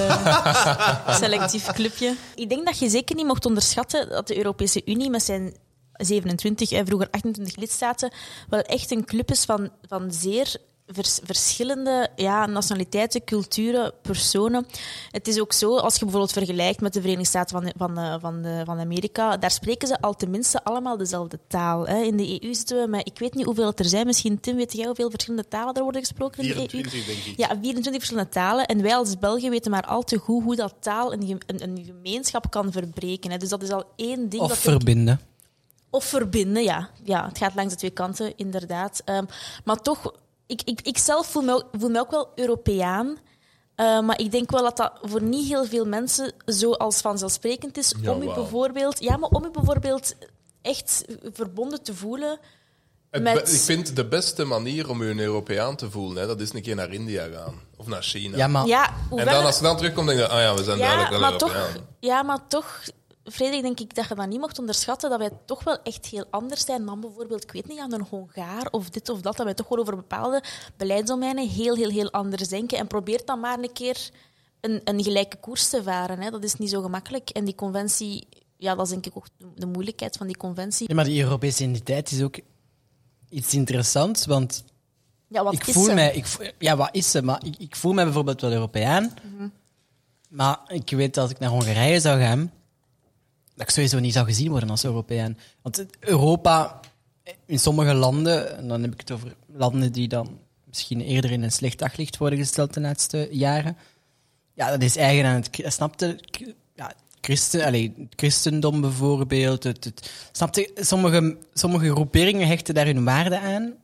uh, selectief clubje. Ik denk dat je zeker niet mocht onderschatten dat de Europese Unie met zijn zevenentwintig, eh, vroeger achtentwintig lidstaten, wel echt een club is van, van zeer vers, verschillende ja, nationaliteiten, culturen, personen. Het is ook zo, als je bijvoorbeeld vergelijkt met de Verenigde Staten van, van, uh, van, de, van Amerika, daar spreken ze al tenminste allemaal dezelfde taal. Hè. In de E U zitten we met, ik weet niet hoeveel het er zijn, misschien Tim, weet jij hoeveel verschillende talen er worden gesproken in de E U? vierentwintig, denk ik. Ja, vierentwintig verschillende talen. En wij als Belgen weten maar al te goed hoe dat taal een, ge- een, een gemeenschap kan verbreken. Hè. Dus dat is al één ding. Of dat ik- verbinden. Of verbinden, ja. Ja, het gaat langs de twee kanten, inderdaad. Um, maar toch, ik, ik, ik zelf voel me, ook, voel me ook wel Europeaan. Uh, maar ik denk wel dat dat voor niet heel veel mensen zo als vanzelfsprekend is Ja, om je wauw. bijvoorbeeld, ja, maar om je bijvoorbeeld echt verbonden te voelen Het met... be- ik vind de beste manier om je een Europeaan te voelen, hè, dat is een keer naar India gaan. Of naar China. Ja, maar Ja, en hoewel dan er- als je dan terugkomt, denk je, ah ja, we zijn ja, duidelijk wel maar toch, Europeaan. ja, maar toch, Frederik, denk ik dat je dat niet mocht onderschatten, dat wij toch wel echt heel anders zijn dan bijvoorbeeld, ik weet niet, aan een Hongaar of dit of dat, dat wij toch wel over bepaalde beleidsdomeinen heel, heel, heel anders denken. En probeert dan maar een keer een, een gelijke koers te varen. Hè. Dat is niet zo gemakkelijk. En die conventie, ja, dat is denk ik ook de, de moeilijkheid van die conventie. Ja, maar die Europese identiteit is ook iets interessants, want Ja, wat ik is voel ze? mij... Ik, vo- ja, wat is ze? Maar ik, ik voel mij bijvoorbeeld wel Europeaan, Mhm. maar ik weet dat als ik naar Hongarije zou gaan, dat ik sowieso niet zou gezien worden als Europeaan. Want het- Europa, in sommige landen, en dan heb ik het over landen die dan misschien eerder in een slecht daglicht worden gesteld de laatste jaren, ja, dat is eigen aan het... Snapte? Ja, Christen, allee, het christendom bijvoorbeeld. Het, het, snapte? Sommige, sommige groeperingen hechten daar hun waarde aan.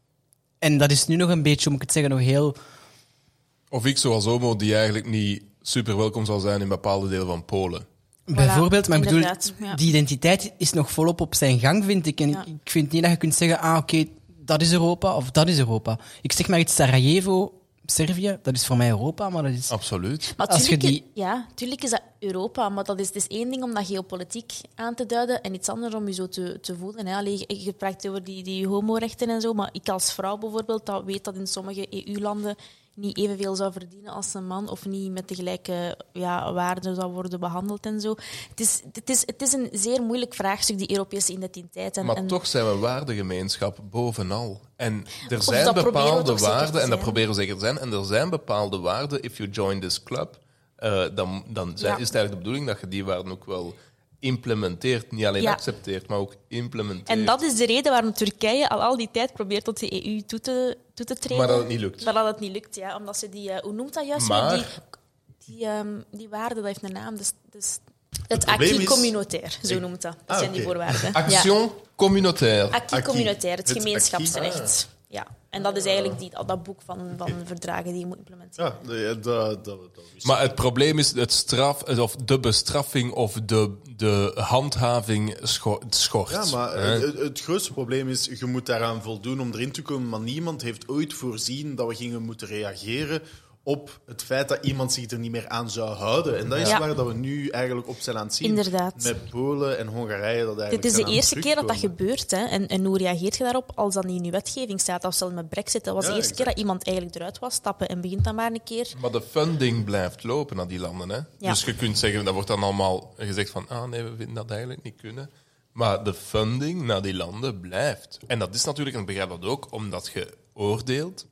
En dat is nu nog een beetje, moet ik het zeggen, nog heel... Of ik zoals homo, die eigenlijk niet super welkom zal zijn in bepaalde delen van Polen. Bijvoorbeeld, maar ik bedoel, inderdaad, ja. die identiteit is nog volop op zijn gang, vind ik. En Ja. ik vind niet dat je kunt zeggen, ah, oké, dat is Europa of dat is Europa. Ik zeg maar iets, Sarajevo, Servië, dat is voor mij Europa, maar dat is... Absoluut. Maar Als je tuurlijk, die- ja, tuurlijk is dat Europa, maar dat is, het is één ding om dat geopolitiek aan te duiden en iets anders om je zo te, te voelen. Hè. Allee, je, je praat over die, die homorechten en zo, maar ik als vrouw bijvoorbeeld, dat weet dat in sommige E U-landen niet evenveel zou verdienen als een man of niet met de gelijke ja, waarden zou worden behandeld en zo. Het is, het, is, het is een zeer moeilijk vraagstuk, die Europese identiteit. En, Maar en, toch zijn we waardegemeenschap bovenal. En er Of zijn dat proberen we bepaalde toch zeker te waarden, en dat zijn. proberen we zeker te zijn, en er zijn bepaalde waarden, if you join this club, uh, dan, dan zijn, Ja. is het eigenlijk de bedoeling dat je die waarden ook wel implementeert. Niet alleen Ja. accepteert, maar ook implementeert. En dat is de reden waarom Turkije al al die tijd probeert tot de E U toe te, toe te treden. Maar dat het niet lukt. Maar dat het niet lukt, ja. Omdat ze die... eh, hoe noemt dat juist? Maar- weer? Die, die, ehm, die waarde, dat heeft een naam. Dus, dus het probleem acquis is- communautaire, zo Ik- noemt dat. Dat Ah, zijn die oké. voorwaarden. Action communautaire. Ja. Acquis Acquis. communautaire, het Het gemeenschapsrecht. Ja, en dat is eigenlijk die, dat boek van, van verdragen die je moet implementeren. Ja, dat, dat, dat, dat Maar het probleem is het straf, of de bestraffing of de, de handhaving scho- schort. Ja, maar hè? het, het grootste probleem is, je moet daaraan voldoen om erin te komen, maar niemand heeft ooit voorzien dat we gingen moeten reageren op het feit dat iemand zich er niet meer aan zou houden. En dat is Ja. waar dat we nu eigenlijk op zijn aan het zien. Inderdaad. Met Polen en Hongarije. Dat eigenlijk Dit is zijn de aan eerste het keer dat dat terugkomen. gebeurt. Hè. En, en hoe reageert je daarop als dat niet in je wetgeving staat? Of zelfs met Brexit. Dat was Ja, de eerste exact. keer dat iemand eigenlijk eruit was stappen. En begint dan maar een keer. Maar de funding blijft lopen naar die landen. Hè? Ja. Dus je kunt zeggen, dat wordt dan allemaal gezegd van, ah nee, we vinden dat eigenlijk niet kunnen. Maar de funding naar die landen blijft. En dat is natuurlijk, en ik begrijp dat ook, omdat je oordeelt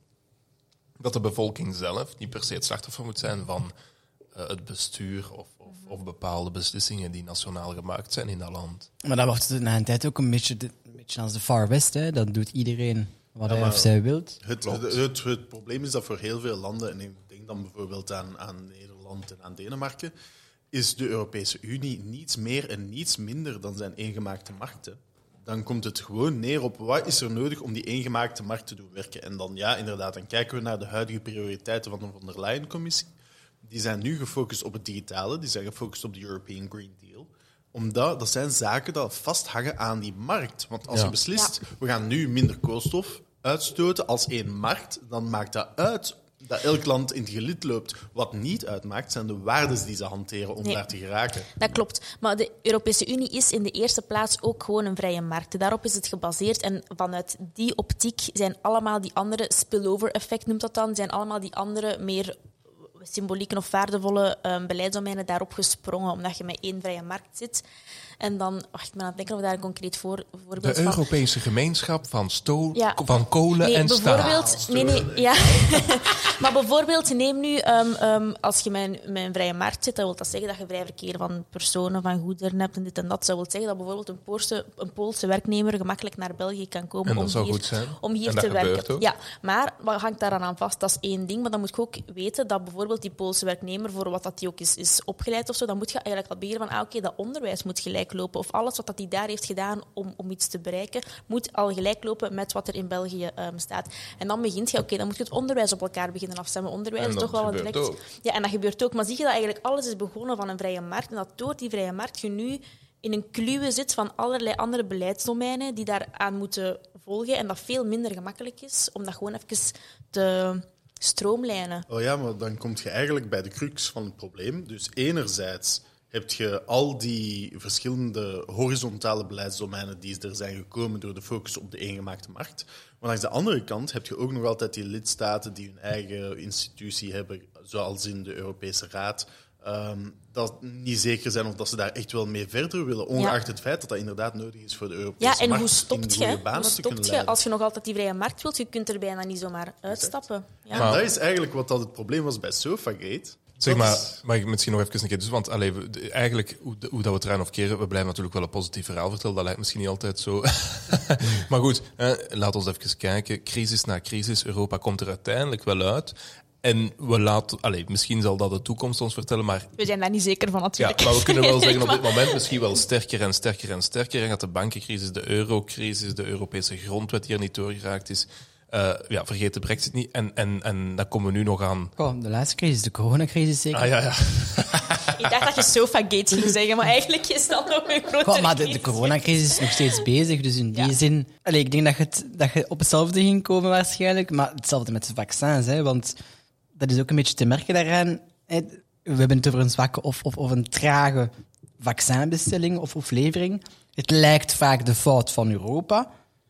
dat de bevolking zelf niet per se het slachtoffer moet zijn van uh, het bestuur of, of, of bepaalde beslissingen die nationaal gemaakt zijn in dat land. Maar dat wordt na een tijd ook een beetje, de, een beetje als de Far West. Hè. Dat doet iedereen wat hij maar- of zij wilt. Het, het, het, het probleem is dat voor heel veel landen, en ik denk dan bijvoorbeeld aan, aan Nederland en aan Denemarken, is de Europese Unie niets meer en niets minder dan zijn eengemaakte markten. Dan komt het gewoon neer op wat is er nodig om die eengemaakte markt te doen werken. En dan, ja, inderdaad, dan kijken we naar de huidige prioriteiten van de von der Leyen-commissie. Die zijn nu gefocust op het digitale, die zijn gefocust op de European Green Deal. Omdat dat zijn zaken dat vasthangen aan die markt. Want als Ja. je beslist, we gaan nu minder koolstof uitstoten als één markt, dan maakt dat uit dat elk land in het gelid loopt. Wat niet uitmaakt, zijn de waardes die ze hanteren om Nee. daar te geraken. Dat klopt. Maar de Europese Unie is in de eerste plaats ook gewoon een vrije markt. Daarop is het gebaseerd. En vanuit die optiek zijn allemaal die andere spillover-effect, noemt dat dan, zijn allemaal die andere meer symbolieke of waardevolle um, beleidsdomeinen daarop gesprongen, omdat je met één vrije markt zit. En dan, wacht, ik ben aan het denken of we daar een concreet voor, voorbeeld De van... Europese gemeenschap van, sto- Ja. van kolen Nee, en staal. bijvoorbeeld, nee, nee, ja. Maar bijvoorbeeld, neem nu, um, um, als je met een, met een vrije markt zit, dat wil dat zeggen dat je vrij verkeer van personen, van goederen hebt en dit en dat. Dat wil zeggen dat bijvoorbeeld een Poolse, een Poolse werknemer gemakkelijk naar België kan komen En dat om zou hier, goed zijn. om hier En dat te gebeurt werken. ook. Ja, maar wat hangt daaraan aan vast? Dat is één ding, maar dan moet je ook weten dat bijvoorbeeld die Poolse werknemer, voor wat dat die ook is, is opgeleid of zo, dan moet je eigenlijk al beginnen van, ah, oké, dat onderwijs moet gelijk lopen. Of alles wat dat hij daar heeft gedaan om, om iets te bereiken, moet al gelijk lopen met wat er in België um, staat. En dan begint je, oké, dan moet je het onderwijs op elkaar beginnen afstemmen. Onderwijs En is dat toch wel wat gebeurt direct. ook. Ja, en dat gebeurt ook. Maar zie je dat eigenlijk alles is begonnen van een vrije markt en dat door die vrije markt je nu in een kluwe zit van allerlei andere beleidsdomeinen die daaraan moeten volgen en dat veel minder gemakkelijk is om dat gewoon even te stroomlijnen. Oh ja, maar dan kom je eigenlijk bij de crux van het probleem. Dus enerzijds heb je al die verschillende horizontale beleidsdomeinen die er zijn gekomen door de focus op de eengemaakte markt. Maar langs de andere kant heb je ook nog altijd die lidstaten die hun eigen institutie hebben, zoals in de Europese Raad, um, dat niet zeker zijn of dat ze daar echt wel mee verder willen, ongeacht Ja. het feit dat dat inderdaad nodig is voor de Europese Ja, en markt hoe in stopt goede je? banen Hoe te kunnen stopt je leiden. als je nog altijd die vrije markt wilt? Je kunt er bijna niet zomaar uitstappen. Ja. En Maar- dat is eigenlijk wat dat het probleem was bij Sofagate. Zeg Dat maar, is- mag ik misschien nog even een keer dus, want allee, we- de- eigenlijk, hoe, de- hoe dat we het eraan of keren, we blijven natuurlijk wel een positief verhaal vertellen, dat lijkt misschien niet altijd zo. Maar goed, eh, laat ons even kijken. Crisis na crisis, Europa komt er uiteindelijk wel uit. En we laten, allee, misschien zal dat de toekomst ons vertellen, maar We zijn daar niet zeker van ja, natuurlijk. maar we kunnen wel zeggen op dit moment misschien wel sterker en sterker en sterker. En dat de bankencrisis, de eurocrisis, de Europese grondwet die er niet doorgeraakt is. Uh, ja, vergeet de brexit niet. En, en, en dan komen we nu nog aan... Oh, de laatste crisis, de coronacrisis zeker. Ah ja, ja. Ik dacht dat je Sofagate ging zeggen, maar eigenlijk is dat nog een grotere Goh, maar de, de crisis. coronacrisis is nog steeds bezig, dus in die Ja. zin... Allee, ik denk dat je, het, dat je op hetzelfde ging komen waarschijnlijk, maar hetzelfde met de vaccins, hè, want dat is ook een beetje te merken daaraan. Hè. We hebben het over een zwakke of, of, of een trage vaccinbestelling of, of levering. Het lijkt vaak de fout van Europa,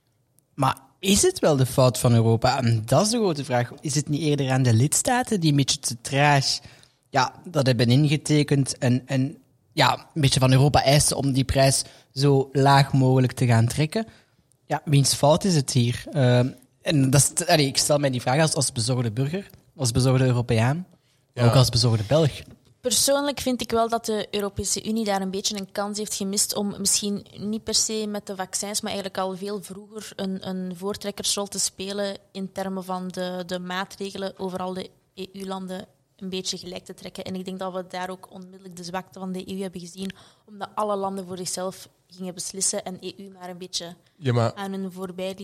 maar is het wel de fout van Europa? En dat is de grote vraag. Is het niet eerder aan de lidstaten die een beetje te traag ja, dat hebben ingetekend en, en ja, een beetje van Europa eisen om die prijs zo laag mogelijk te gaan trekken? Ja, wiens fout is het hier? Uh, en dat is, allee, ik stel mij die vraag als, als bezorgde burger, als bezorgde Europeaan, maar Ja. ook als bezorgde Belg. Persoonlijk vind ik wel dat de Europese Unie daar een beetje een kans heeft gemist om misschien niet per se met de vaccins, maar eigenlijk al veel vroeger een, een voortrekkersrol te spelen in termen van de, de maatregelen over al de E U-landen een beetje gelijk te trekken. En ik denk dat we daar ook onmiddellijk de zwakte van de E U hebben gezien, omdat alle landen voor zichzelf gingen beslissen en E U maar een beetje Ja, maar aan hun voorbij lieten gaan.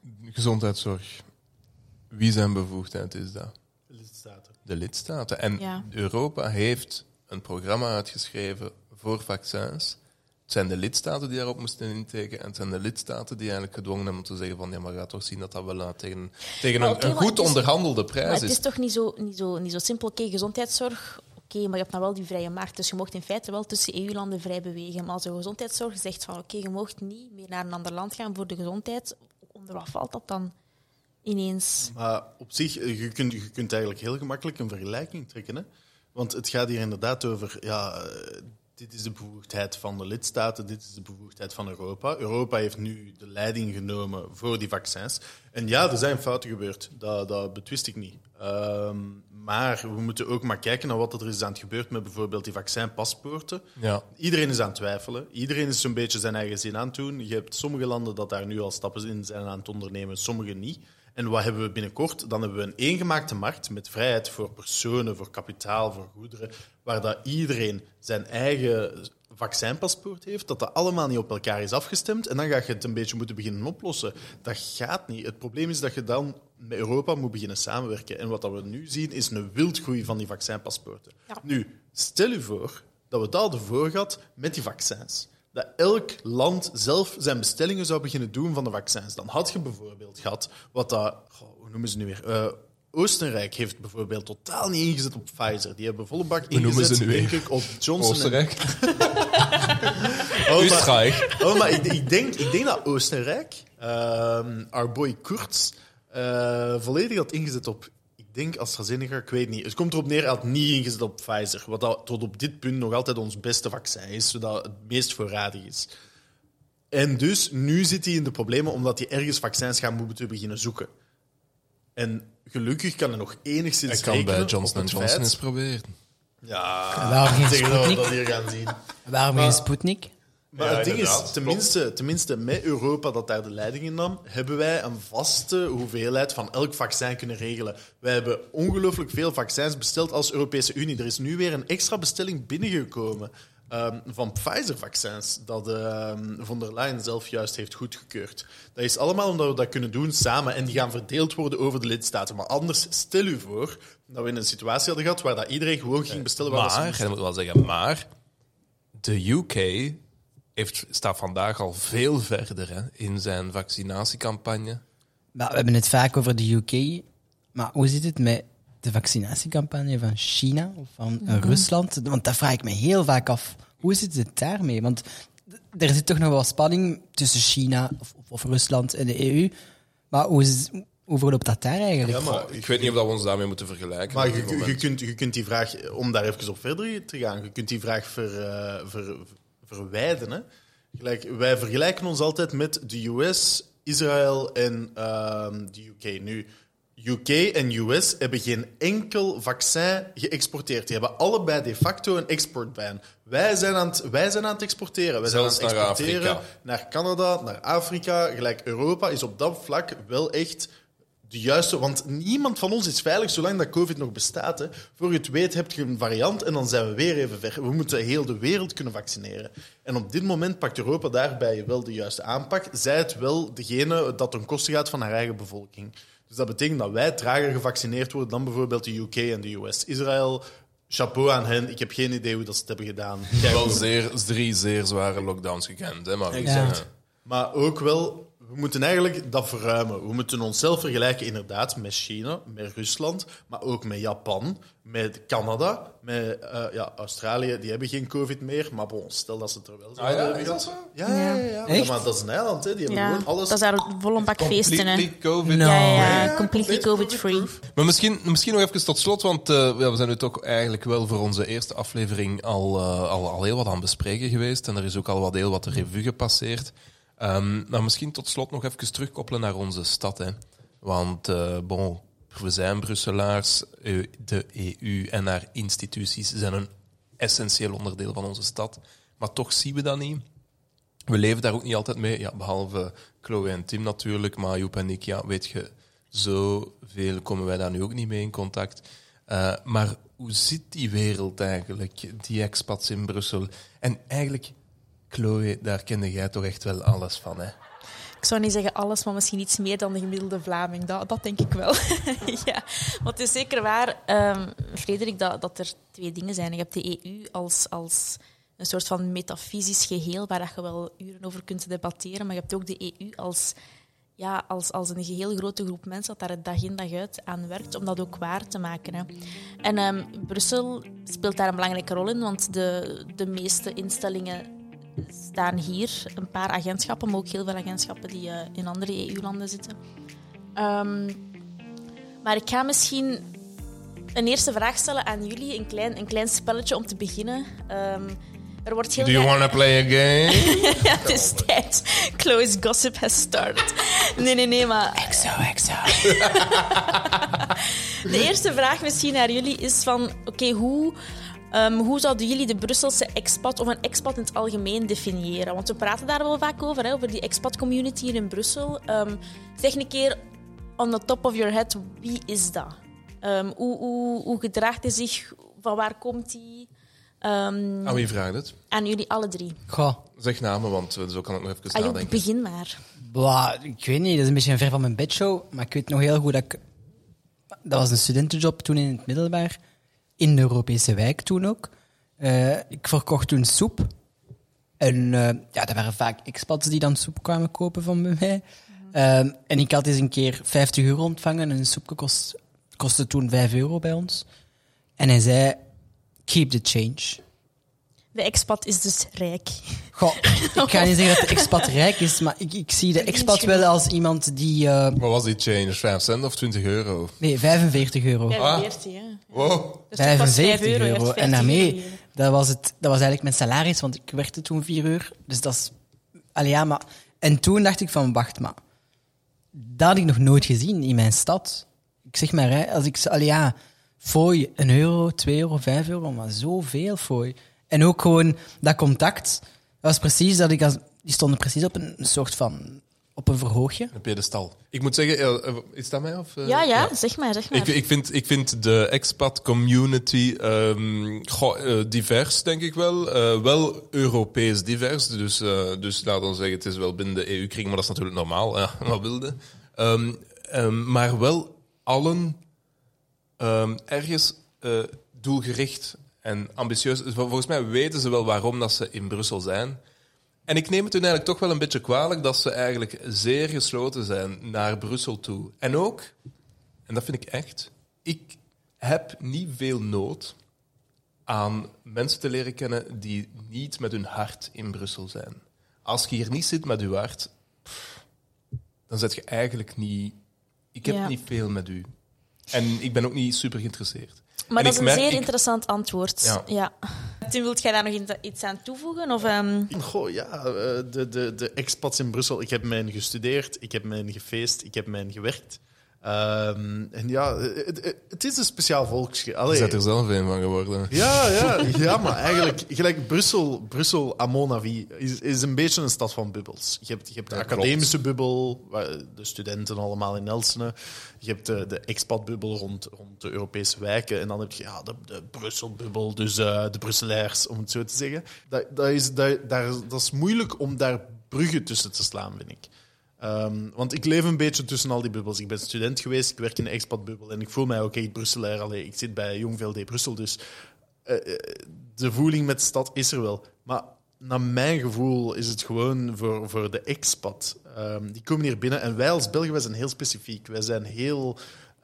gezondheidszorg. Wie zijn bevoegdheid is dat? De lidstaten. De lidstaten. En Ja. Europa heeft een programma uitgeschreven voor vaccins. Het zijn de lidstaten die daarop moesten intekenen. En het zijn de lidstaten die eigenlijk gedwongen hebben om te zeggen van ja, maar ga toch zien dat dat wel uh, tegen, tegen Maar een, oké, een maar goed het is- onderhandelde prijs Maar het is. is toch niet zo, niet zo, niet zo simpel. Oké, gezondheidszorg, oké, maar je hebt dan wel die vrije markt. Dus je mocht in feite wel tussen E U-landen vrij bewegen. Maar als de gezondheidszorg zegt van oké, je mocht niet meer naar een ander land gaan voor de gezondheid, onder wat valt dat dan ineens? Maar op zich, eh, je kunt, je kunt eigenlijk heel gemakkelijk een vergelijking trekken. Hè? Want het gaat hier inderdaad over... Ja, eh, dit is de bevoegdheid van de lidstaten, dit is de bevoegdheid van Europa. Europa heeft nu de leiding genomen voor die vaccins. En ja, er zijn fouten gebeurd. Dat, dat betwist ik niet. Ehm, maar we moeten ook maar kijken naar wat er is aan het gebeurd met bijvoorbeeld die vaccinpaspoorten. Ja. Iedereen is aan het twijfelen. Iedereen is zo'n beetje zijn eigen zin aan het doen. Je hebt sommige landen dat daar nu al stappen in zijn aan het ondernemen, sommige niet. En wat hebben we binnenkort? Dan hebben we een eengemaakte markt met vrijheid voor personen, voor kapitaal, voor goederen, waar dat iedereen zijn eigen vaccinpaspoort heeft, dat dat allemaal niet op elkaar is afgestemd. En dan ga je het een beetje moeten beginnen oplossen. Dat gaat niet. Het probleem is dat je dan met Europa moet beginnen samenwerken. En wat dat we nu zien, is een wildgroei van die vaccinpaspoorten. Ja. Nu, stel u voor dat we dat ervoor gehad met die vaccins. Dat elk land zelf zijn bestellingen zou beginnen doen van de vaccins. Dan had je bijvoorbeeld gehad wat dat... Goh, hoe noemen ze nu weer? Uh, Oostenrijk heeft bijvoorbeeld totaal niet ingezet op Pfizer. Die hebben volle bak Hoe noemen ingezet, ze nu denk weer? ik, op Johnson. Oostenrijk. Oh, maar, Oostenrijk. oh, maar ik, ik, denk, ik denk dat Oostenrijk, uh, our boy Kurz, uh, volledig had ingezet op... Ik denk AstraZeneca, ik weet niet. Het komt erop neer, hij had niet ingezet op Pfizer. Wat dat tot op dit punt nog altijd ons beste vaccin is, zodat het meest voorradig is. En dus, nu zit hij in de problemen omdat hij ergens vaccins gaat moeten beginnen zoeken. En gelukkig kan hij nog enigszins Ik kan rekenen bij op Johnson het Johnson feit- eens proberen. Ja, Waarom geen tegen dat we Sputnik? dat hier gaan zien. Waarom Maar- geen Sputnik? Maar Ja, het ding inderdaad, is, tenminste, tenminste met Europa dat daar de leiding in nam, hebben wij een vaste hoeveelheid van elk vaccin kunnen regelen. Wij hebben ongelooflijk veel vaccins besteld als Europese Unie. Er is nu weer een extra bestelling binnengekomen um, van Pfizer-vaccins, dat um, von der Leyen zelf juist heeft goedgekeurd. Dat is allemaal omdat we dat kunnen doen samen en die gaan verdeeld worden over de lidstaten. Maar anders, stel u voor dat we in een situatie hadden gehad waar dat iedereen gewoon ging bestellen wat ze Maar, moesten. je moet wel zeggen, maar de U K heeft, staat vandaag al veel verder hè, in zijn vaccinatiecampagne. Maar we hebben het vaak over de U K. Maar hoe zit het met de vaccinatiecampagne van China of van uh, Rusland? Want dat vraag ik me heel vaak af. Hoe zit het daarmee? Want d- er zit toch nog wel spanning tussen China of, of, of Rusland en de E U. Maar hoe, is, hoe verloopt dat daar eigenlijk? Ja, maar Ik weet niet of dat we ons daarmee moeten vergelijken. Maar op dit je, je, moment. kunt, je kunt die vraag, om daar even op verder te gaan, je kunt die vraag ver, uh, ver, verwijden. Hè? Gelijk, wij vergelijken ons altijd met de U S, Israël en uh, de U K. Nu, U K en U S hebben geen enkel vaccin geëxporteerd. Die hebben allebei de facto een exportban. Wij zijn aan het, wij zijn aan het exporteren. Wij Zelfs zijn aan het naar exporteren Afrika. naar Canada, naar Afrika. Gelijk, Europa is op dat vlak wel echt de juiste... Want niemand van ons is veilig zolang dat COVID nog bestaat. Hè. Voor je het weet heb je een variant en dan zijn we weer even ver. We moeten heel de wereld kunnen vaccineren. En op dit moment pakt Europa daarbij wel de juiste aanpak. Zij het wel degene dat ten koste gaat van haar eigen bevolking. Dus dat betekent dat wij trager gevaccineerd worden dan bijvoorbeeld de U K en de U S. Israël, chapeau aan hen. Ik heb geen idee hoe dat ze het hebben gedaan. Kijk, wel zeer, drie zeer zware lockdowns gekend. Hè, maar we Exact. zeggen, Maar ook wel, we moeten eigenlijk dat verruimen. We moeten onszelf vergelijken inderdaad met China, met Rusland, maar ook met Japan, met Canada, met uh, ja, Australië. Die hebben geen COVID meer, maar bon, stel dat ze het er wel zouden Ah ja, hebben is dat gehad. zo? Ja, ja, ja. ja. ja Echt? maar dat is een eiland, hè. Die hebben Ja, gewoon alles... dat is daar vol een bak feesten. Hè. completely COVID. No. Ja, ja, Ja, ja, completely COVID-free. Maar misschien, misschien nog even tot slot, want uh, ja, we zijn nu toch eigenlijk wel voor onze eerste aflevering al, uh, al, al heel wat aan het bespreken geweest. En er is ook al wat heel wat de revue gepasseerd. Um, maar misschien tot slot nog even terugkoppelen naar onze stad. Hè. Want uh, bon, we zijn Brusselaars, de E U en haar instituties zijn een essentieel onderdeel van onze stad. Maar toch zien we dat niet. We leven daar ook niet altijd mee, ja, behalve Chloe en Tim natuurlijk, maar Joep en ik, ja, weet je, zoveel komen wij daar nu ook niet mee in contact. Uh, maar hoe zit die wereld eigenlijk, die expats in Brussel? En eigenlijk, Chloe, daar kende jij toch echt wel alles van, hè? Ik zou niet zeggen alles, maar misschien iets meer dan de gemiddelde Vlaming. Dat, dat denk ik wel. Ja, maar het is zeker waar, um, Frederik, dat, dat er twee dingen zijn. Je hebt de E U als, als een soort van metafysisch geheel waar je wel uren over kunt debatteren, maar je hebt ook de E U als, ja, als, als een heel grote groep mensen dat daar dag in dag uit aan werkt om dat ook waar te maken. Hè. En um, Brussel speelt daar een belangrijke rol in, want de, de meeste instellingen staan hier. Een paar agentschappen, maar ook heel veel agentschappen die uh, in andere E U-landen zitten. Um, maar ik ga misschien een eerste vraag stellen aan jullie. Een klein, een klein spelletje om te beginnen. Um, er wordt heel Do you graag... want to play a game? Ja, het is tijd. Chloe's gossip has started. Nee, nee, nee, maar... Exo, exo. De eerste vraag misschien naar jullie is van... Oké, okay, hoe... Um, hoe zouden jullie de Brusselse expat of een expat in het algemeen definiëren? Want we praten daar wel vaak over, hè, over die expat-community hier in Brussel. Um, zeg een keer, on the top of your head, wie is dat? Um, hoe, hoe, hoe gedraagt hij zich? Van waar komt hij? Um, aan wie vraagt het? Aan jullie alle drie. Goh. Zeg namen, want zo kan ik nog even Ajoub, nadenken. begin maar. Blah, ik weet niet, dat is een beetje een ver van mijn bedshow, maar ik weet nog heel goed dat ik... Dat was een studentenjob toen in het middelbaar. In de Europese wijk toen ook. Uh, ik verkocht toen soep. En uh, ja, er waren vaak expats die dan soep kwamen kopen van bij mij. Mm-hmm. Um, en ik had eens een keer vijftig euro ontvangen en een soep kost, kostte toen vijf euro bij ons. En hij zei, keep the change. De expat is dus rijk. Goh, ik ga niet zeggen dat de expat rijk is, maar ik, ik zie de expat wel als iemand die... Uh, Wat was die change? vijf cent of twintig euro? Nee, vijfenveertig euro. vijfenveertig, ja. Wow. Dus vijfenveertig euro. euro. En daarmee, dat was, het, dat was eigenlijk mijn salaris, want ik werkte toen vier uur. Dus dat is... Allee, ja, maar... En toen dacht ik van, wacht, maar... Dat had ik nog nooit gezien in mijn stad. Ik zeg maar, hè, als ik... Allee, ja, fooi, een euro, twee euro, vijf euro, maar zoveel fooi. En ook gewoon dat contact... Dat was precies dat ik... Als, die stonden precies op een soort van... Op een verhoogje. Een pedestal. Ik moet zeggen, uh, is dat mij? Of, uh, ja, ja, ja, zeg maar. Zeg maar. Ik, ik, vind, ik vind de expat-community um, goh, uh, divers, denk ik wel. Uh, wel Europees divers. Dus, uh, dus laten we zeggen, het is wel binnen de E U-kring, maar dat is natuurlijk normaal. Ja, wat wilde. Um, um, maar wel allen um, ergens uh, doelgericht en ambitieus. Volgens mij weten ze wel waarom dat ze in Brussel zijn. En ik neem het hun eigenlijk toch wel een beetje kwalijk dat ze eigenlijk zeer gesloten zijn naar Brussel toe. En ook, en dat vind ik echt, ik heb niet veel nood aan mensen te leren kennen die niet met hun hart in Brussel zijn. Als je hier niet zit met je hart, pff, dan zit je eigenlijk niet... Ik heb ja. niet veel met u. En ik ben ook niet super geïnteresseerd. Maar en dat is een merk, zeer ik... interessant antwoord. Ja. ja. Tim, wilt jij daar nog iets aan toevoegen? Of, um... Goh, ja, de, de, de expats in Brussel. Ik heb mijn gestudeerd, ik heb mijn gefeest, ik heb mijn gewerkt. Um, en ja, het, het is een speciaal volksje. Je bent er zelf een van geworden. Ja, ja, ja, maar eigenlijk, gelijk Brussel, Brussel à mon avis, is, is een beetje een stad van bubbels. Je hebt, je hebt de ja, academische klopt. bubbel, waar de studenten allemaal in Elsene. Je hebt de, de expatbubbel rond, rond de Europese wijken. En dan heb je ja, de, de Brusselbubbel, dus uh, de Brusselaars, om het zo te zeggen. Dat, dat, is, dat, daar, dat is moeilijk om daar bruggen tussen te slaan, vind ik. Um, want ik leef een beetje tussen al die bubbels. Ik ben student geweest, ik werk in een expatbubbel en ik voel mij ook echt Brusselaar. Allee, ik zit bij Jong V L D Brussel, dus uh, de voeling met de stad is er wel. Maar naar mijn gevoel is het gewoon voor, voor de expat. Um, die komen hier binnen en wij als Belgen wij zijn heel specifiek. Wij zijn heel...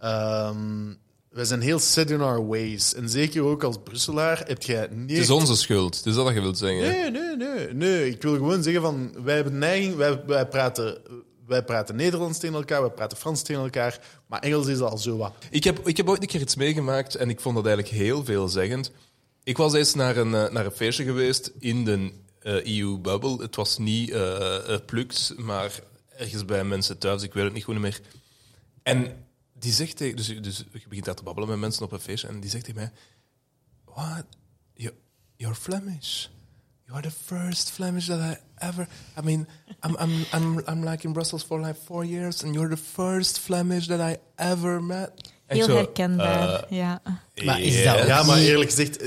Um, wij zijn heel set in our ways. En zeker ook als Brusselaar heb jij... Het is onze schuld, het is dat wat je wilt zeggen. Nee, nee, nee, nee. Ik wil gewoon zeggen van... Wij hebben de neiging... Wij, wij, praten, wij praten Nederlands tegen elkaar, wij praten Frans tegen elkaar. Maar Engels is al zo wat. Ik heb, ik heb ooit een keer iets meegemaakt en ik vond dat eigenlijk heel veelzeggend. Ik was eens naar een, naar een feestje geweest in de uh, E U-bubbel. Het was niet uh, uh, Plux, maar ergens bij mensen thuis. Ik weet het niet goed meer. En... Die zegt tegen, dus, dus je begint daar te babbelen met mensen op een feestje en die zegt tegen mij: What? You, you're Flemish. You are the first Flemish that I ever. I mean, I'm, I'm, I'm, I'm like in Brussels for like four years and you're the first Flemish that I ever met. Heel zo, herkenbaar, uh, ja. Maar is dat ja, maar eerlijk gezegd,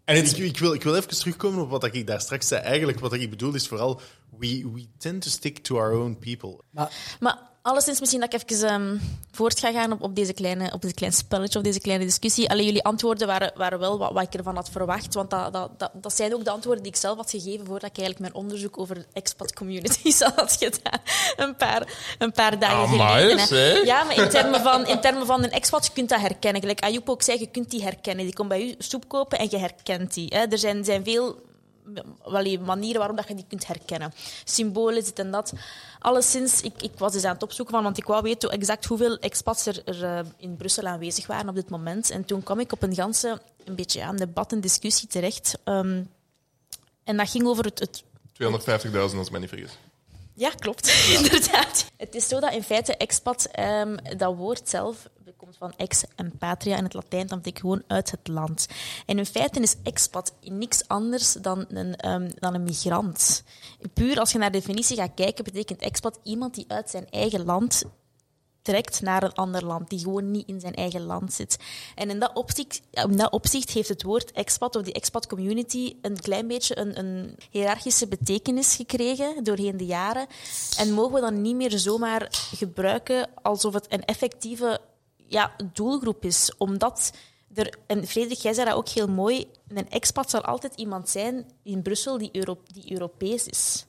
En ik, ik, wil, ik wil even terugkomen op wat ik daar straks zei. Eigenlijk, wat ik bedoel, is vooral... We, we tend to stick to our own people. Maar, Maar alleszins misschien dat ik even um, voort ga gaan op, op, deze kleine, op dit klein spelletje, of deze kleine discussie. Allee, jullie antwoorden waren, waren wel wat, wat ik ervan had verwacht. Want dat, dat, dat, dat zijn ook de antwoorden die ik zelf had gegeven voordat ik eigenlijk mijn onderzoek over expat communities had gedaan. Een paar, een paar dagen Amai, geleden. hè? Ja, maar in termen, van, in termen van een expat, je kunt dat herkennen. Gelijk Ayoub ook zei, je kunt die herkennen. Die komt bij je soep kopen en je herkent die. Hè. Er zijn, zijn veel... Wel, manieren waarop dat je die kunt herkennen. Symbolen, dit en dat. Alleszins, ik, ik was dus aan het opzoeken van, want ik wou weten exact hoeveel expats er, er uh, in Brussel aanwezig waren op dit moment. En toen kwam ik op een ganse, een beetje aan ja, debat en discussie terecht. Um, en dat ging over het... het tweehonderdvijftigduizend, als ik me niet vergis. Ja, klopt. Ja. Inderdaad. Het is zo dat in feite expat, um, dat woord zelf, komt van ex en patria in het Latijn, dat betekent gewoon uit het land. En in feite is expat niks anders dan een, um, dan een migrant. Puur als je naar de definitie gaat kijken, betekent expat iemand die uit zijn eigen land trekt naar een ander land, die gewoon niet in zijn eigen land zit. En in dat opzicht, in dat opzicht heeft het woord expat, of die expat community, een klein beetje een, een hiërarchische betekenis gekregen doorheen de jaren. En mogen we dan niet meer zomaar gebruiken alsof het een effectieve ja, doelgroep is. Omdat er, en Frederik, jij zei dat ook heel mooi, een expat zal altijd iemand zijn in Brussel die, Euro, die Europees is.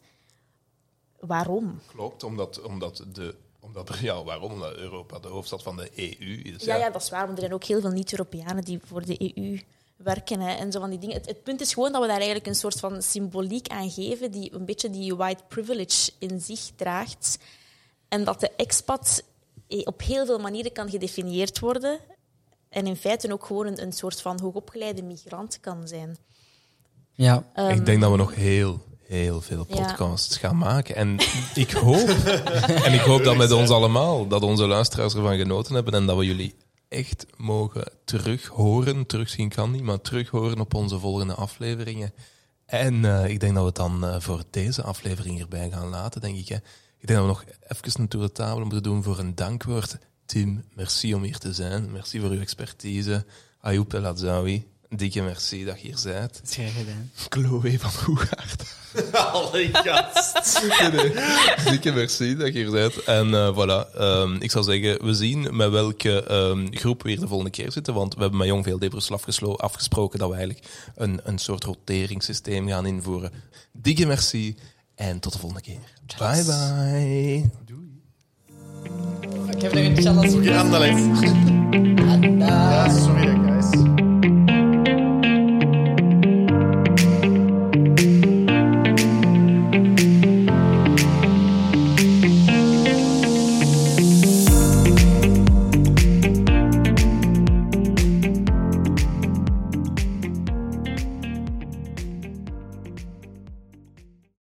Waarom? Klopt, omdat, omdat de... Omdat, ja, waarom? Omdat Europa de hoofdstad van de E U is. Ja, ja, dat is waar. Want er zijn ook heel veel niet-Europeanen die voor de E U werken. Hè, en zo van die dingen. Het, het punt is gewoon dat we daar eigenlijk een soort van symboliek aan geven die een beetje die white privilege in zich draagt. En dat de expat op heel veel manieren kan gedefinieerd worden. En in feite ook gewoon een, een soort van hoogopgeleide migrant kan zijn. Ja. Um, ik denk dat we nog heel... heel veel podcasts ja. gaan maken. En ik hoop, en ik hoop dat met ons allemaal, dat onze luisteraars ervan genoten hebben en dat we jullie echt mogen terughoren. Terugzien kan niet, maar terughoren op onze volgende afleveringen. En uh, ik denk dat we het dan uh, voor deze aflevering hierbij gaan laten, denk ik. Hè. Ik denk dat we nog even een tour de tafel moeten doen voor een dankwoord. Tim, merci om hier te zijn. Merci voor uw expertise. Ayoub El Hadzaoui, dikke merci dat je hier bent. Graag gedaan. Chloe van Hoegaard. Alle gast. Nee, nee. Dikke merci dat je hier bent. En uh, voilà, um, ik zou zeggen, we zien met welke um, groep we hier de volgende keer zitten. Want we hebben met Jong V L D Brussel afgeslo- afgesproken dat we eigenlijk een, een soort roteringssysteem gaan invoeren. Dikke merci en tot de volgende keer. Bye bye. Doei. Ik heb nog een challenge. Grandelijk. Anda.